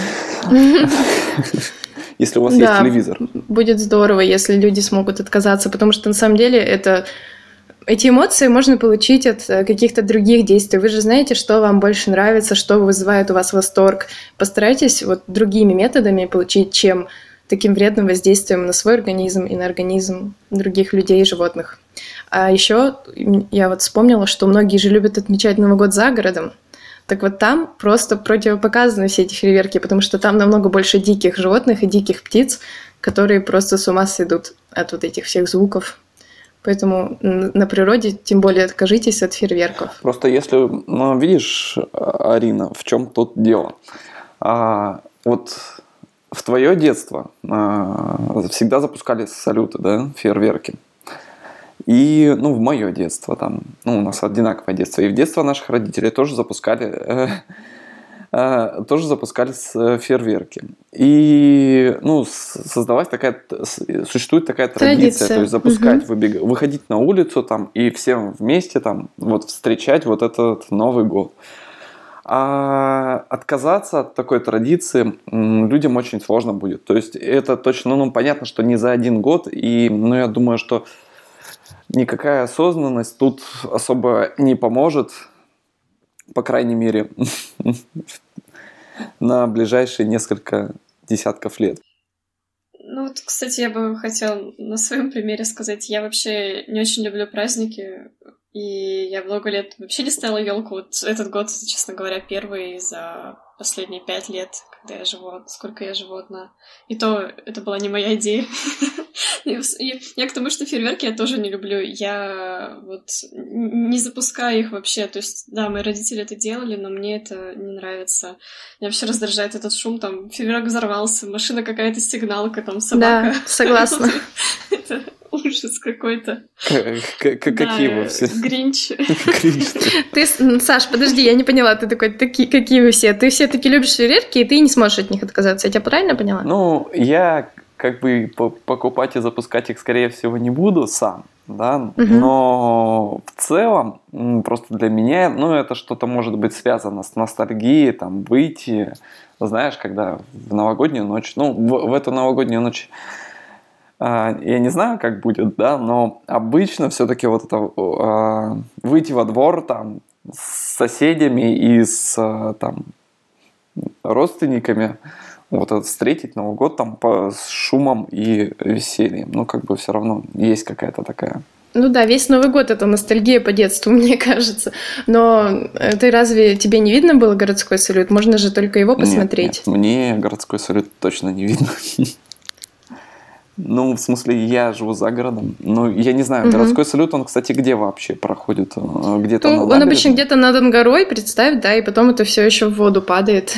Если у вас есть телевизор. Будет здорово, если люди смогут отказаться, потому что на самом деле это эти эмоции можно получить от каких-то других действий. Вы же знаете, что вам больше нравится, что вызывает у вас восторг. Постарайтесь вот другими методами получить, чем таким вредным воздействием на свой организм и на организм других людей и животных. А еще я вот вспомнила, что многие же любят отмечать Новый год за городом. Так вот там просто противопоказаны все эти фейерверки, потому что там намного больше диких животных и диких птиц, которые просто с ума сойдут от вот этих всех звуков. Поэтому на природе тем более откажитесь от фейерверков. Просто если, ну, видишь, Арина, в чем тут дело? Вот в твое детство всегда запускали салюты, да, фейерверки. И, ну, в мое детство там, ну, у нас одинаковое детство. И в детство наших родителей тоже запускали фейерверки. И, ну, существует такая традиция, то есть запускать, выходить на улицу там и всем вместе там вот встречать вот этот Новый год. А отказаться от такой традиции людям очень сложно будет. То есть это точно, ну, понятно, что не за один год, и, ну, я думаю, что никакая осознанность тут особо не поможет, по крайней мере, на ближайшие несколько десятков лет. Ну вот, кстати, я бы хотела на своем примере сказать, я вообще не очень люблю праздники, и я много лет вообще не ставила елку. Вот этот год, честно говоря, первый за последние 5 лет, когда я живу, сколько я живу одна. И то это была не моя идея. Я к тому, что фейерверки я тоже не люблю. Я вот не запускаю их вообще. То есть, да, мои родители это делали, но мне это не нравится. Меня вообще раздражает этот шум, там, фейерверк взорвался, машина какая-то, сигналка, там, собака. Да, согласна. Это ужас какой-то. Какие вы все? Гринч. Ты, Саш, подожди, я не поняла, ты такой, какие вы все? Ты все-таки любишь фейерверки, и ты не сможешь от них отказаться. Я тебя правильно поняла? Ну, я как бы покупать и запускать их, скорее всего, не буду сам, да, но в целом, просто для меня, ну, это что-то может быть связано с ностальгией, там, выйти, знаешь, когда в новогоднюю ночь, ну, в эту новогоднюю ночь, я не знаю, как будет, да, но обычно все-таки вот это выйти во двор там с соседями и с там родственниками, вот это встретить Новый год там с шумом и весельем, ну как бы все равно есть какая-то такая. Ну да, весь Новый год это ностальгия по детству, мне кажется. Но ты разве тебе не видно было городской салют? Можно же только его посмотреть. Нет, мне городской салют точно не видно. Ну, в смысле, я живу за городом. Ну, я не знаю, городской салют, он, кстати, где вообще проходит? Где-то на набережной? Он обычно где-то над Ангарой, представь, да, и потом это все еще в воду падает.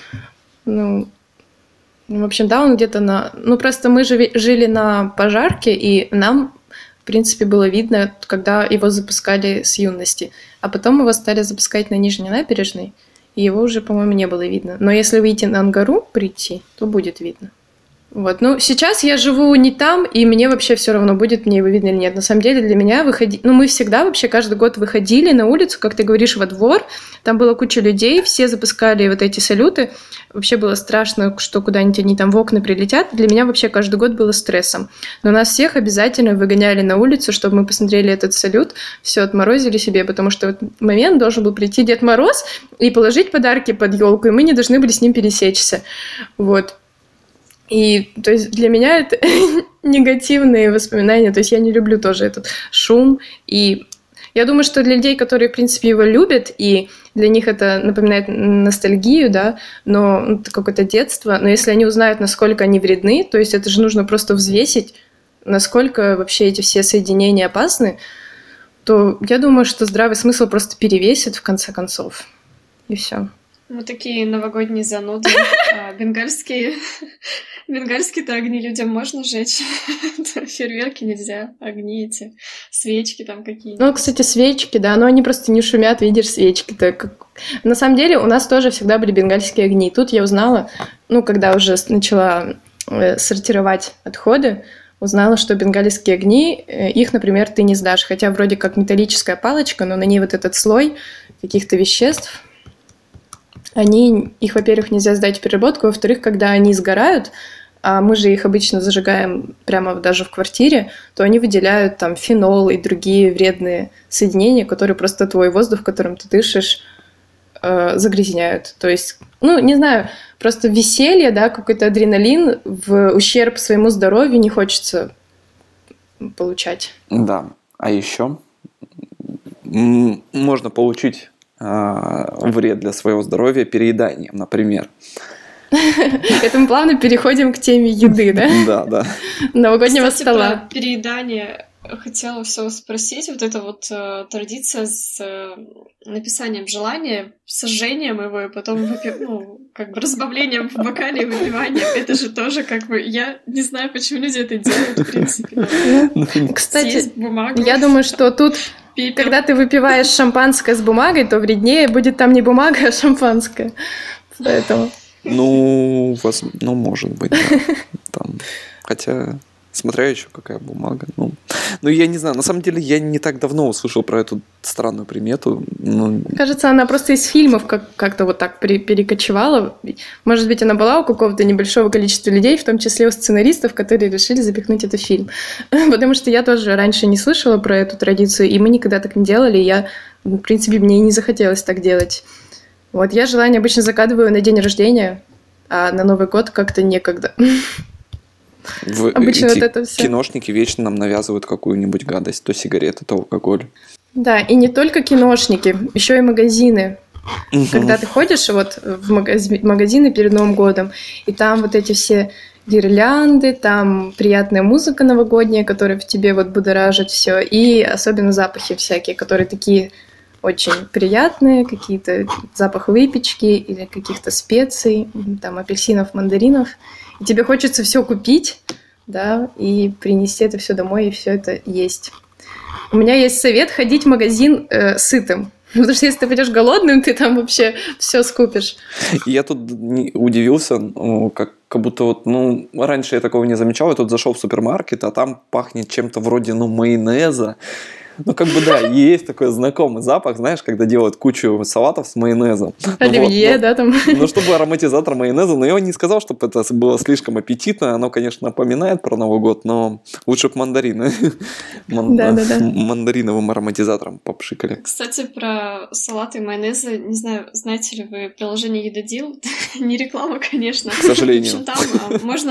Ну, в общем, да, он где-то на... Ну, просто мы жили на Пожарке, и нам, в принципе, было видно, когда его запускали с юности. А потом его стали запускать на Нижней набережной, и его уже, по-моему, не было видно. Но если выйти на Ангару, прийти, то будет видно. Вот, ну, сейчас я живу не там, и мне вообще все равно, будет мне его видно или нет. На самом деле для меня мы всегда вообще каждый год выходили на улицу, как ты говоришь, во двор, там была куча людей, все запускали вот эти салюты, вообще было страшно, что куда-нибудь они там в окна прилетят. Для меня вообще каждый год было стрессом. Но нас всех обязательно выгоняли на улицу, чтобы мы посмотрели этот салют, все отморозили себе, потому что в этот момент должен был прийти Дед Мороз и положить подарки под елку, и мы не должны были с ним пересечься. Вот. И, то есть, для меня это негативные воспоминания, то есть я не люблю тоже этот шум, и я думаю, что для людей, которые, в принципе, его любят, и для них это напоминает ностальгию, да, но это какое-то детство, но если они узнают, насколько они вредны, то есть это же нужно просто взвесить, насколько вообще эти все соединения опасны, то я думаю, что здравый смысл просто перевесит в конце концов, и все. Мы такие новогодние зануды. Бенгальские-то огни людям можно жечь. Фейерверки нельзя. Огни эти, свечки там какие-нибудь. Ну, кстати, свечки, да, но они просто не шумят, видишь, свечки-то. На самом деле у нас тоже всегда были бенгальские огни. Тут я узнала, ну, когда уже начала сортировать отходы, узнала, что бенгальские огни, их, например, ты не сдашь. Хотя вроде как металлическая палочка, но на ней вот этот слой каких-то веществ. Их, во-первых, нельзя сдать в переработку, во-вторых, когда они сгорают, а мы же их обычно зажигаем прямо даже в квартире, то они выделяют там фенол и другие вредные соединения, которые просто твой воздух, которым ты дышишь, загрязняют. То есть, ну, не знаю, просто веселье, да, какой-то адреналин в ущерб своему здоровью не хочется получать. Да, а еще можно получить вред для своего здоровья перееданием, например. Это мы плавно переходим к теме еды, да? Да, да. Новогоднего Кстати, стола. про переедание хотела все спросить. Вот эта вот традиция с написанием желания, сожжением его и потом как бы разбавлением в бокале и выпиванием. Это же тоже как бы... Я не знаю, почему люди это делают, в принципе. Кстати, я думаю, что тут, когда ты выпиваешь шампанское с бумагой, то вреднее будет там не бумага, а шампанское. Поэтому... Ну, может быть, да. Там, хотя, смотря еще какая бумага. Ну, я не знаю. На самом деле, я не так давно услышал про эту странную примету. Кажется, она просто из фильмов как-то вот так перекочевала. Может быть, она была у какого-то небольшого количества людей, в том числе у сценаристов, которые решили запихнуть это в фильм. Потому что я тоже раньше не слышала про эту традицию, и мы никогда так не делали. И в принципе, мне и не захотелось так делать. Вот, я желание обычно загадываю на день рождения, а на Новый год как-то некогда. Обычно вот это все. Киношники вечно нам навязывают какую-нибудь гадость, то сигареты, то алкоголь. Да, и не только киношники, еще и магазины. Когда ты ходишь вот в магазины перед Новым годом, и там вот эти все гирлянды, там приятная музыка новогодняя, которая в тебе вот будоражит все, и особенно запахи всякие, которые такие... очень приятные, какие-то запах выпечки или каких-то специй, там, апельсинов, мандаринов. И тебе хочется все купить, да, и принести это все домой, и все это есть. У меня есть совет ходить в магазин сытым. Потому что если ты пойдешь голодным, ты там вообще все скупишь. Я тут удивился, как будто вот, раньше я такого не замечал. Я тут зашел в супермаркет, а там пахнет чем-то вроде, майонеза. Как бы да, есть такой знакомый запах, знаешь, когда делают кучу салатов с майонезом. Оливье, да, там. Чтобы ароматизатор майонеза, но я не сказал, чтобы это было слишком аппетитно. Оно, конечно, напоминает про Новый год, но лучше бы мандарины. Мандариновым ароматизатором попшикали. Кстати, про салаты и майонезы, не знаю, знаете ли вы приложение Едодил? Не реклама, конечно. К сожалению. В общем, там можно...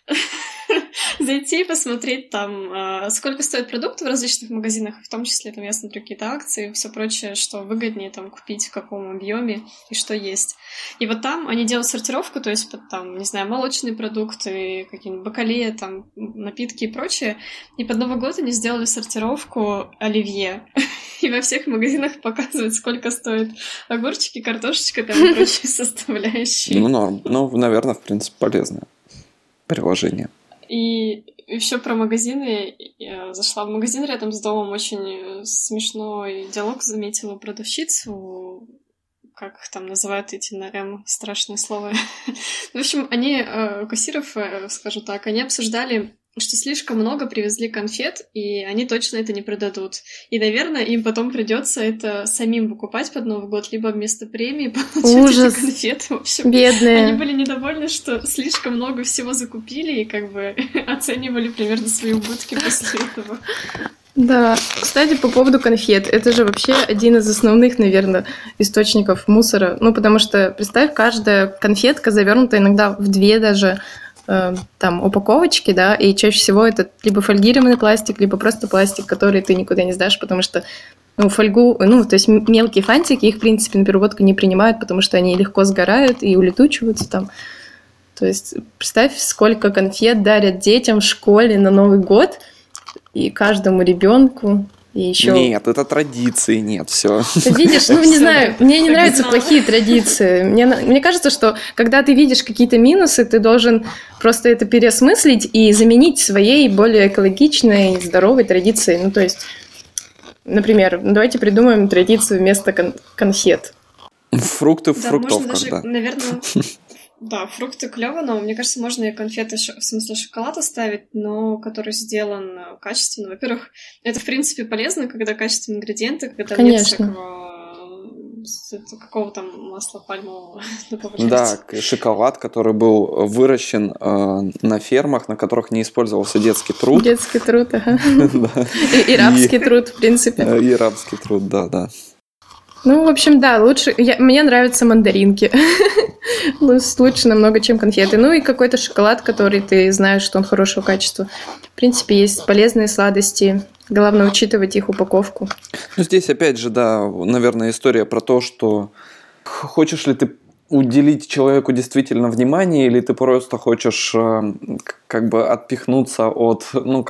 зайти и посмотреть там, сколько стоят продукты в различных магазинах, в том числе там я смотрю какие-то акции и все прочее, что выгоднее там купить, в каком объеме и что есть. И вот там они делают сортировку, то есть там, не знаю, молочные продукты, какие-нибудь бакалея, там, напитки и прочее. И под Новый год они сделали сортировку оливье. И во всех магазинах показывают, сколько стоят огурчики, картошечка там и прочие составляющие. Норм. Наверное, в принципе, полезное приложение. И еще про магазины. Я зашла в магазин рядом с домом, очень смешной диалог заметила продавщицу. Как их там называют эти на М, страшное слово. В общем, они, кассиров, скажу так, они обсуждали, что слишком много привезли конфет, и они точно это не продадут. И, наверное, им потом придется это самим выкупать под Новый год, либо вместо премии получать эти конфеты. В общем, бедные. Они были недовольны, что слишком много всего закупили, и как бы оценивали примерно свои убытки после этого. Да, кстати, по поводу конфет. Это же вообще один из основных, наверное, источников мусора. Потому что, представь, каждая конфетка завернута иногда в 2 даже там упаковочки, да, и чаще всего это либо фольгированный пластик, либо просто пластик, который ты никуда не сдашь, потому что фольгу, то есть мелкие фантики, их, в принципе, на переработку не принимают, потому что они легко сгорают и улетучиваются там. То есть представь, сколько конфет дарят детям в школе на Новый год и каждому ребенку. И еще... Нет, это традиции, нет, все. Ты видишь, не знаю, мне не нравятся плохие традиции. Мне кажется, что когда ты видишь какие-то минусы, ты должен просто это переосмыслить и заменить своей более экологичной, здоровой традицией. То есть, например, давайте придумаем традицию вместо конфет. Фрукты в фруктовках, можно даже, наверное... Да, фрукты клёво, но мне кажется, можно и конфеты, в смысле шоколад оставить, но который сделан качественно. Во-первых, это в принципе полезно, когда качественные ингредиенты, когда нет всякого какого там масла пальмового добавляете? Да, шоколад, который был выращен на фермах, на которых не использовался детский труд. Детский труд, ага. Да. И рабский труд, в принципе. И рабский труд, да. Ну, в общем, да, лучше... Мне нравятся мандаринки. Лучше намного, чем конфеты. Ну и какой-то шоколад, который ты знаешь, что он хорошего качества. В принципе, есть полезные сладости. Главное учитывать их упаковку. Ну, здесь опять же, да, наверное, история про то, что хочешь ли ты уделить человеку действительно внимание, или ты просто хочешь как бы отпихнуться от,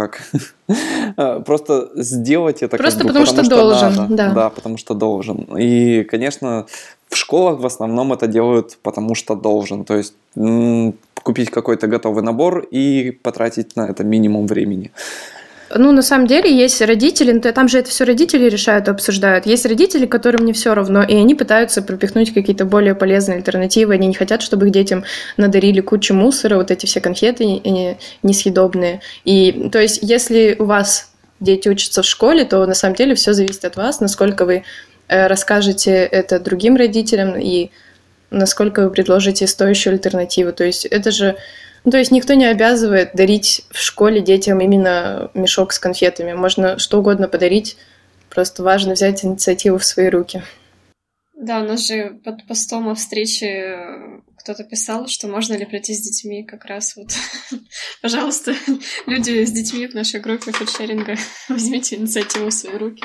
просто сделать это просто как бы, потому что должен, надо. да. Да, потому что должен. И, конечно, в школах в основном это делают потому что должен. То есть купить какой-то готовый набор и потратить на это минимум времени. Ну, на самом деле, есть родители, там же это все родители решают и обсуждают. Есть родители, которым не все равно, и они пытаются пропихнуть какие-то более полезные альтернативы. Они не хотят, чтобы их детям надарили кучу мусора, вот эти все конфеты несъедобные. И, то есть, если у вас дети учатся в школе, то на самом деле все зависит от вас, насколько вы расскажете это другим родителям и насколько вы предложите стоящую альтернативу. То есть, это же... то есть никто не обязывает дарить в школе детям именно мешок с конфетами. Можно что угодно подарить, просто важно взять инициативу в свои руки. Да, у нас же под постом о встрече кто-то писал, что можно ли прийти с детьми как раз вот. Пожалуйста, люди с детьми в нашей группе фудшеринга, возьмите инициативу в свои руки.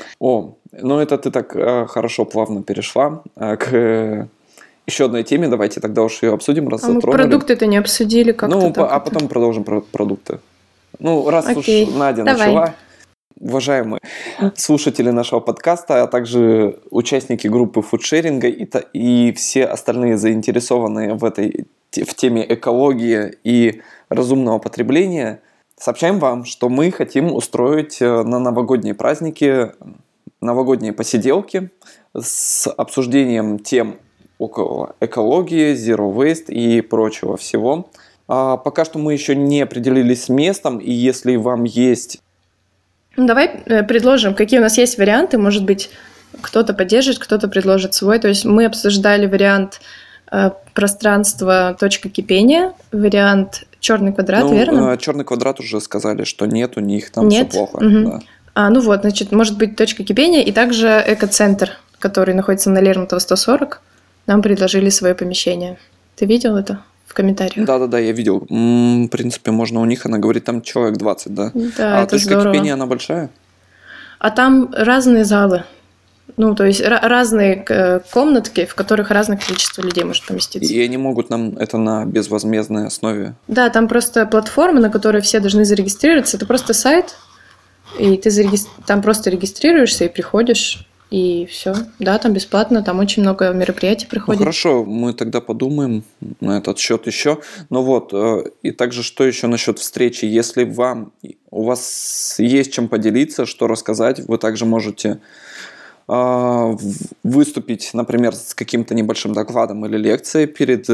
Это ты так хорошо плавно перешла к... еще одной теме, давайте тогда уж ее обсудим, раз затронули. Мы продукты-то не обсудили как-то. Потом продолжим про продукты. Раз Окей, уж Надя давай. начала, уважаемые слушатели нашего подкаста, а также участники группы фудшеринга и все остальные заинтересованные в теме экологии и разумного потребления, сообщаем вам, что мы хотим устроить на новогодние праздники новогодние посиделки с обсуждением тем около экологии, zero waste и прочего всего. Пока что мы еще не определились с местом, и если вам есть... Давай предложим, какие у нас есть варианты. Может быть, кто-то поддержит, кто-то предложит свой. То есть мы обсуждали вариант пространства точка кипения, вариант черный квадрат, верно? Черный квадрат уже сказали, что нет, у них там нет? все плохо. Угу. Да. Может быть точка кипения, и также экоцентр, который находится на Лермонтова 140. Нам предложили свое помещение. Ты видел это в комментариях? Да, я видел. В принципе, можно у них, она говорит, там человек 20, да? Да, это точка здорово. кипения, она большая? А там разные залы. То есть разные комнатки, в которых разное количество людей может поместиться. И они могут нам это на безвозмездной основе? Да, там просто платформа, на которой все должны зарегистрироваться. Это просто сайт, и ты там просто регистрируешься и приходишь. И все. Да, там бесплатно, там очень много мероприятий проходит. Хорошо, мы тогда подумаем на этот счет еще. И также что еще насчет встречи? Если у вас есть чем поделиться, что рассказать, вы также можете выступить, например, с каким-то небольшим докладом или лекцией перед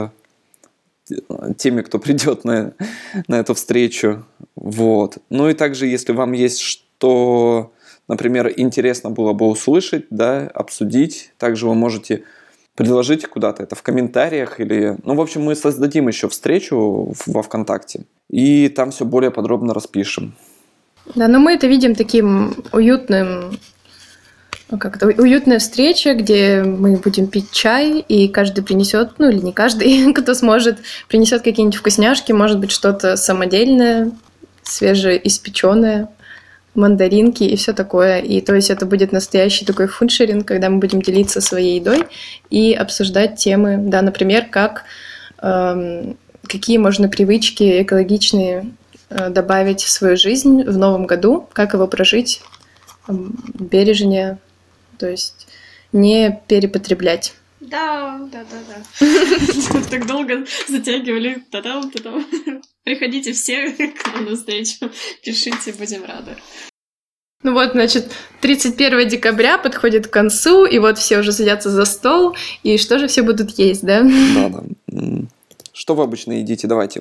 теми, кто придет на эту встречу. И также, если вам есть что... например, интересно было бы услышать, да, обсудить. Также вы можете предложить куда-то это в комментариях или... в общем, мы создадим еще встречу во ВКонтакте и там все более подробно распишем. Да, но мы это видим таким уютным... уютная встреча, где мы будем пить чай, и каждый принесет, или не каждый, кто сможет, принесет какие-нибудь вкусняшки, может быть, что-то самодельное, свежеиспеченное, мандаринки и все такое. И то есть это будет настоящий такой фудшеринг, когда мы будем делиться своей едой и обсуждать темы, да, например, какие можно привычки экологичные добавить в свою жизнь в новом году, как его прожить бережнее, то есть не перепотреблять. Да. Так долго затягивали. Та-дам. Приходите все к нам на встречу. Пишите, будем рады. 31 декабря подходит к концу, и вот все уже садятся за стол, и что же все будут есть, да? Да. Что вы обычно едите? Давайте.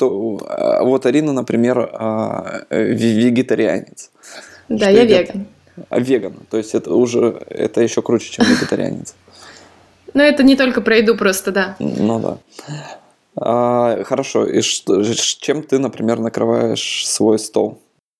Арина, например, вегетарианец. Да, я веган. вегана. То есть это еще круче, чем вегетарианец. Но это не только про еду просто, да. Ну да. Хорошо. И чем ты, например, накрываешь свой стол?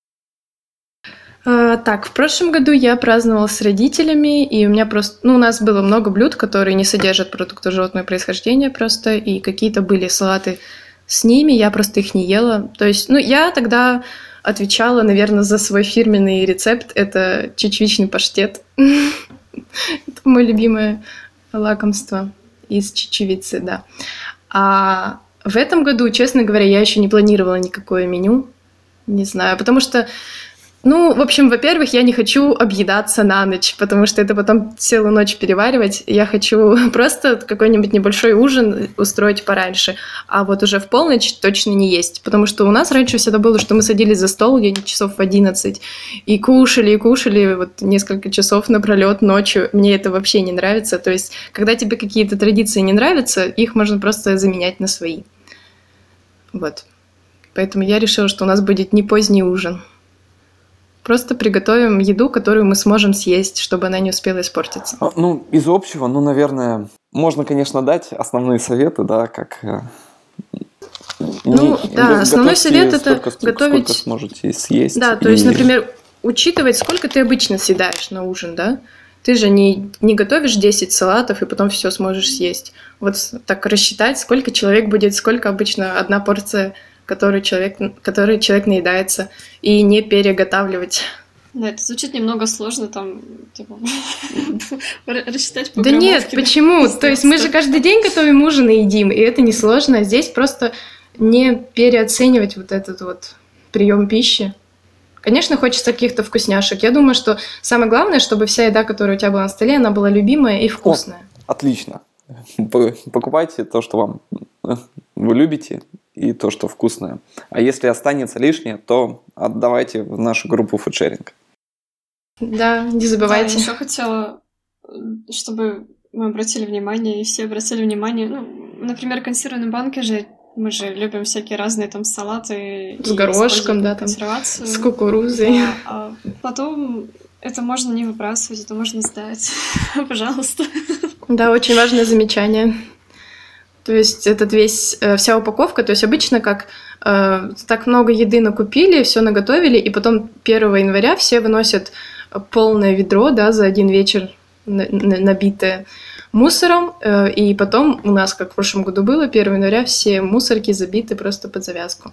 Так, в прошлом году я праздновала с родителями, и у меня просто, у нас было много блюд, которые не содержат продукты животного происхождения просто, и какие-то были салаты с ними, я просто их не ела. То есть, я тогда отвечала, наверное, за свой фирменный рецепт, это чечевичный паштет. Это мое любимое лакомство из чечевицы, да. А в этом году, честно говоря, я еще не планировала никакое меню, не знаю, потому что в общем, во-первых, я не хочу объедаться на ночь, потому что это потом целую ночь переваривать. Я хочу просто какой-нибудь небольшой ужин устроить пораньше, а вот уже в полночь точно не есть. Потому что у нас раньше всегда было, что мы садились за стол где-нибудь часов в 11 и кушали вот несколько часов напролёт ночью. Мне это вообще не нравится. То есть, когда тебе какие-то традиции не нравятся, их можно просто заменять на свои. Вот. Поэтому я решила, что у нас будет не поздний ужин. Просто приготовим еду, которую мы сможем съесть, чтобы она не успела испортиться. Из общего, наверное, можно, конечно, дать основные советы, да, как... основной совет – это готовить... Сколько сможете съесть. Да, то есть, например, учитывать, сколько ты обычно съедаешь на ужин, да? Ты же не готовишь 10 салатов и потом все сможешь съесть. Вот так рассчитать, сколько человек будет, сколько обычно одна порция, которой человек наедается, и не переготавливать. Да, это звучит немного сложно, там, рассчитать по граммовке. Да нет, почему? То есть мы же каждый день готовим ужин и едим, и это несложно. Здесь просто не переоценивать вот этот вот прием пищи. Конечно, хочется каких-то вкусняшек. Я думаю, что самое главное, чтобы вся еда, которая у тебя была на столе, она была любимая и вкусная. Отлично. Покупайте то, что вы любите, и то, что вкусное. А если останется лишнее, то отдавайте в нашу группу фудшеринг. Да, не забывайте. Да, я еще хотела, чтобы мы обратили внимание, и все обратили внимание, например, консервные банки же, мы же любим всякие разные там салаты. С горошком, да, там, с кукурузой. Да, а потом это можно не выбрасывать, это можно сдать. Пожалуйста. Да, очень важное замечание. То есть вся упаковка, то есть обычно как так много еды накупили, все наготовили, и потом 1 января все выносят полное ведро, да, за один вечер набитое мусором, и потом у нас, как в прошлом году было, 1 января все мусорки забиты просто под завязку.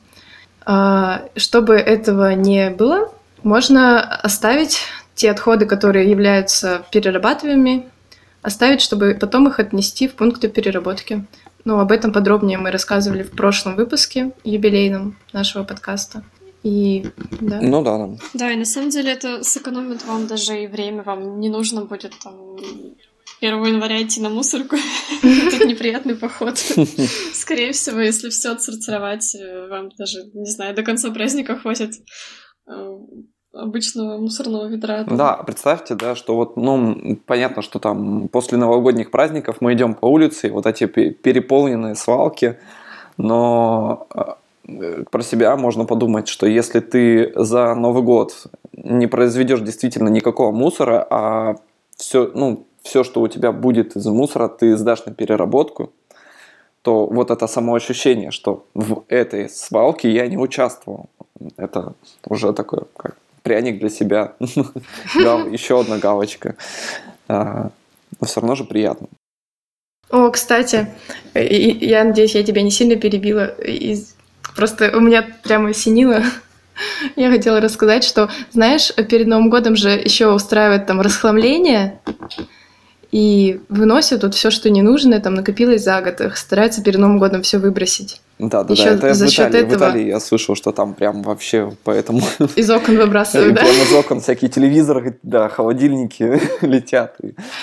Чтобы этого не было, можно оставить те отходы, которые являются перерабатываемыми, оставить, чтобы потом их отнести в пункты переработки. Об этом подробнее мы рассказывали в прошлом выпуске юбилейном нашего подкаста. И да. Да. Да, и на самом деле это сэкономит вам даже и время. Вам не нужно будет там 1 января идти на мусорку. Тут неприятный поход. Скорее всего, если все отсортировать, вам даже, не знаю, до конца праздника хватит обычного мусорного ведра. Да, представьте, да, что понятно, что там после новогодних праздников мы идем по улице, и вот эти переполненные свалки, но про себя можно подумать, что если ты за Новый год не произведешь действительно никакого мусора, а все, что у тебя будет из мусора, ты сдашь на переработку, то вот это самоощущение, что в этой свалке я не участвовал, это уже такое как пряник для себя, еще одна галочка. Но все равно же приятно. О, кстати, я надеюсь, я тебя не сильно перебила. Просто у меня прямо осенило. Я хотела рассказать, что, знаешь, перед Новым годом же еще устраивают там расхламление и выносят тут все, что не нужно, там накопилось за год. Стараются перед Новым годом все выбросить. Да, это за счет этого... В Италии я слышал, что там прям вообще поэтому... Из окон выбрасывают, да? Прямо из окон всякие телевизоры, да, холодильники летят.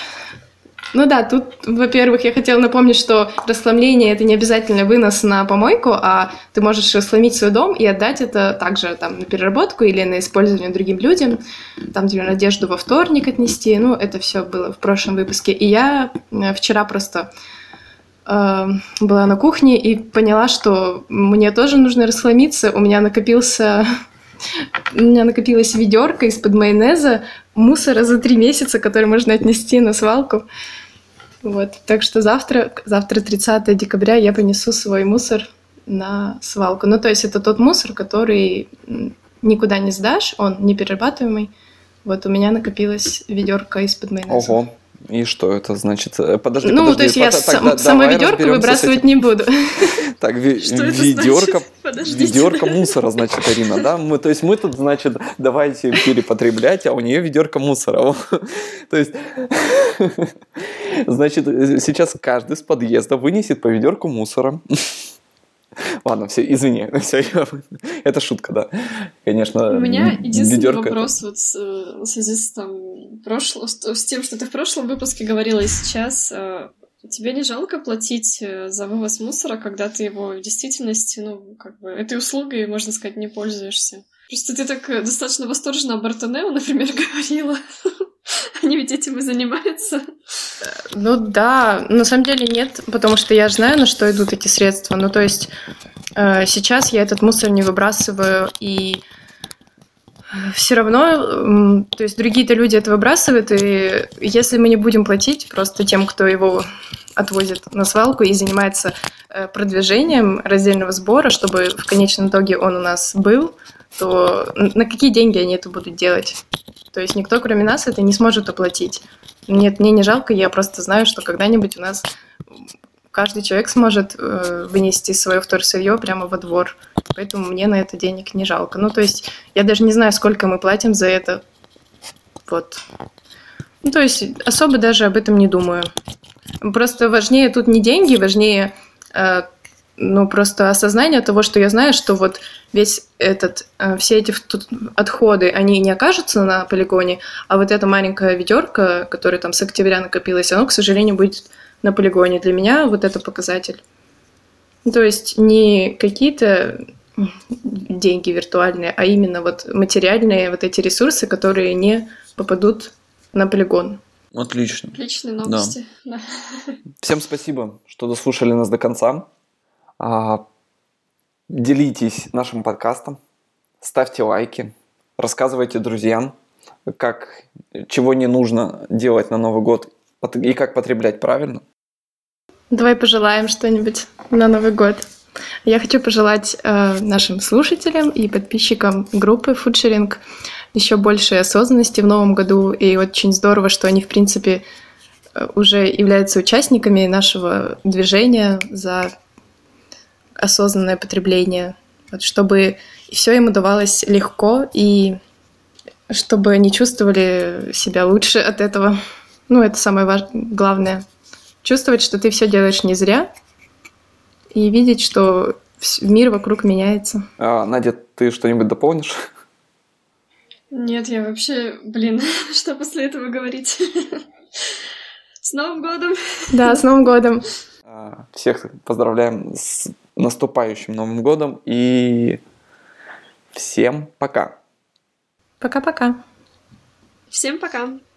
Тут, во-первых, я хотела напомнить, что расхламление – это не обязательно вынос на помойку, а ты можешь расхламить свой дом и отдать это также там, на переработку или на использование другим людям, там, например, одежду во вторник отнести. Это все было в прошлом выпуске. И я вчера просто была на кухне и поняла, что мне тоже нужно расхламиться. У меня накопился У меня накопилась ведерко из-под майонеза мусора за 3 месяца, который можно отнести на свалку. Вот. Так что завтра 30 декабря, я понесу свой мусор на свалку. Ну, то есть это тот мусор, который никуда не сдашь, он неперерабатываемый. Вот у меня накопилось ведерко из-под майонеза. Ого. И что это значит? Подожди, то есть я само ведерко выбрасывать не буду. Так, ведерко мусора, значит, Арина, да? Мы тут, значит, давайте перепотреблять, а у нее ведерко мусора. То есть, значит, сейчас каждый с подъезда вынесет по ведерку мусора. Ладно, все, извини, все, это шутка, да. Конечно, у меня единственный вопрос вот в связи с тем, что ты в прошлом выпуске говорила и сейчас. Тебе не жалко платить за вывоз мусора, когда ты его в действительности, этой услугой, можно сказать, не пользуешься? Просто ты так достаточно восторженно об Артенео, например, говорила. Они ведь этим и занимаются. Ну да, на самом деле нет, потому что я же знаю, на что идут эти средства. Ну то есть сейчас я этот мусор не выбрасываю, и все равно, то есть другие-то люди это выбрасывают, и если мы не будем платить просто тем, кто его отвозит на свалку и занимается продвижением раздельного сбора, чтобы в конечном итоге он у нас был, то на какие деньги они это будут делать? То есть никто, кроме нас, это не сможет оплатить. Нет, мне не жалко, я просто знаю, что когда-нибудь у нас каждый человек сможет вынести свое вторсырье прямо во двор. Поэтому мне на это денег не жалко. Ну, то есть я даже не знаю, сколько мы платим за это. Вот. Ну, то есть особо даже об этом не думаю. Просто важнее тут не деньги, важнее просто осознание того, что я знаю, что вот весь все эти отходы, они не окажутся на полигоне, а вот эта маленькая ведерко, которое там с октября накопилось, оно, к сожалению, будет на полигоне. Для меня вот это показатель. То есть не какие-то деньги виртуальные, а именно вот материальные вот эти ресурсы, которые не попадут на полигон. Отлично. Отличные новости. Да. Всем спасибо, что дослушали нас до конца. Делитесь нашим подкастом, ставьте лайки, рассказывайте друзьям, чего не нужно делать на Новый год и как потреблять правильно. Давай пожелаем что-нибудь на Новый год. Я хочу пожелать нашим слушателям и подписчикам группы Foodsharing еще большей осознанности в новом году. И очень здорово, что они, в принципе, уже являются участниками нашего движения за осознанное потребление. Вот, чтобы все им удавалось легко и чтобы они чувствовали себя лучше от этого. Это самое главное. Чувствовать, что ты все делаешь не зря, и видеть, что мир вокруг меняется. Надя, ты что-нибудь дополнишь? Нет, я вообще, что после этого говорить? С Новым годом! Да, с Новым годом! Всех поздравляем с наступающим Новым годом и всем пока! Пока-пока! Всем пока!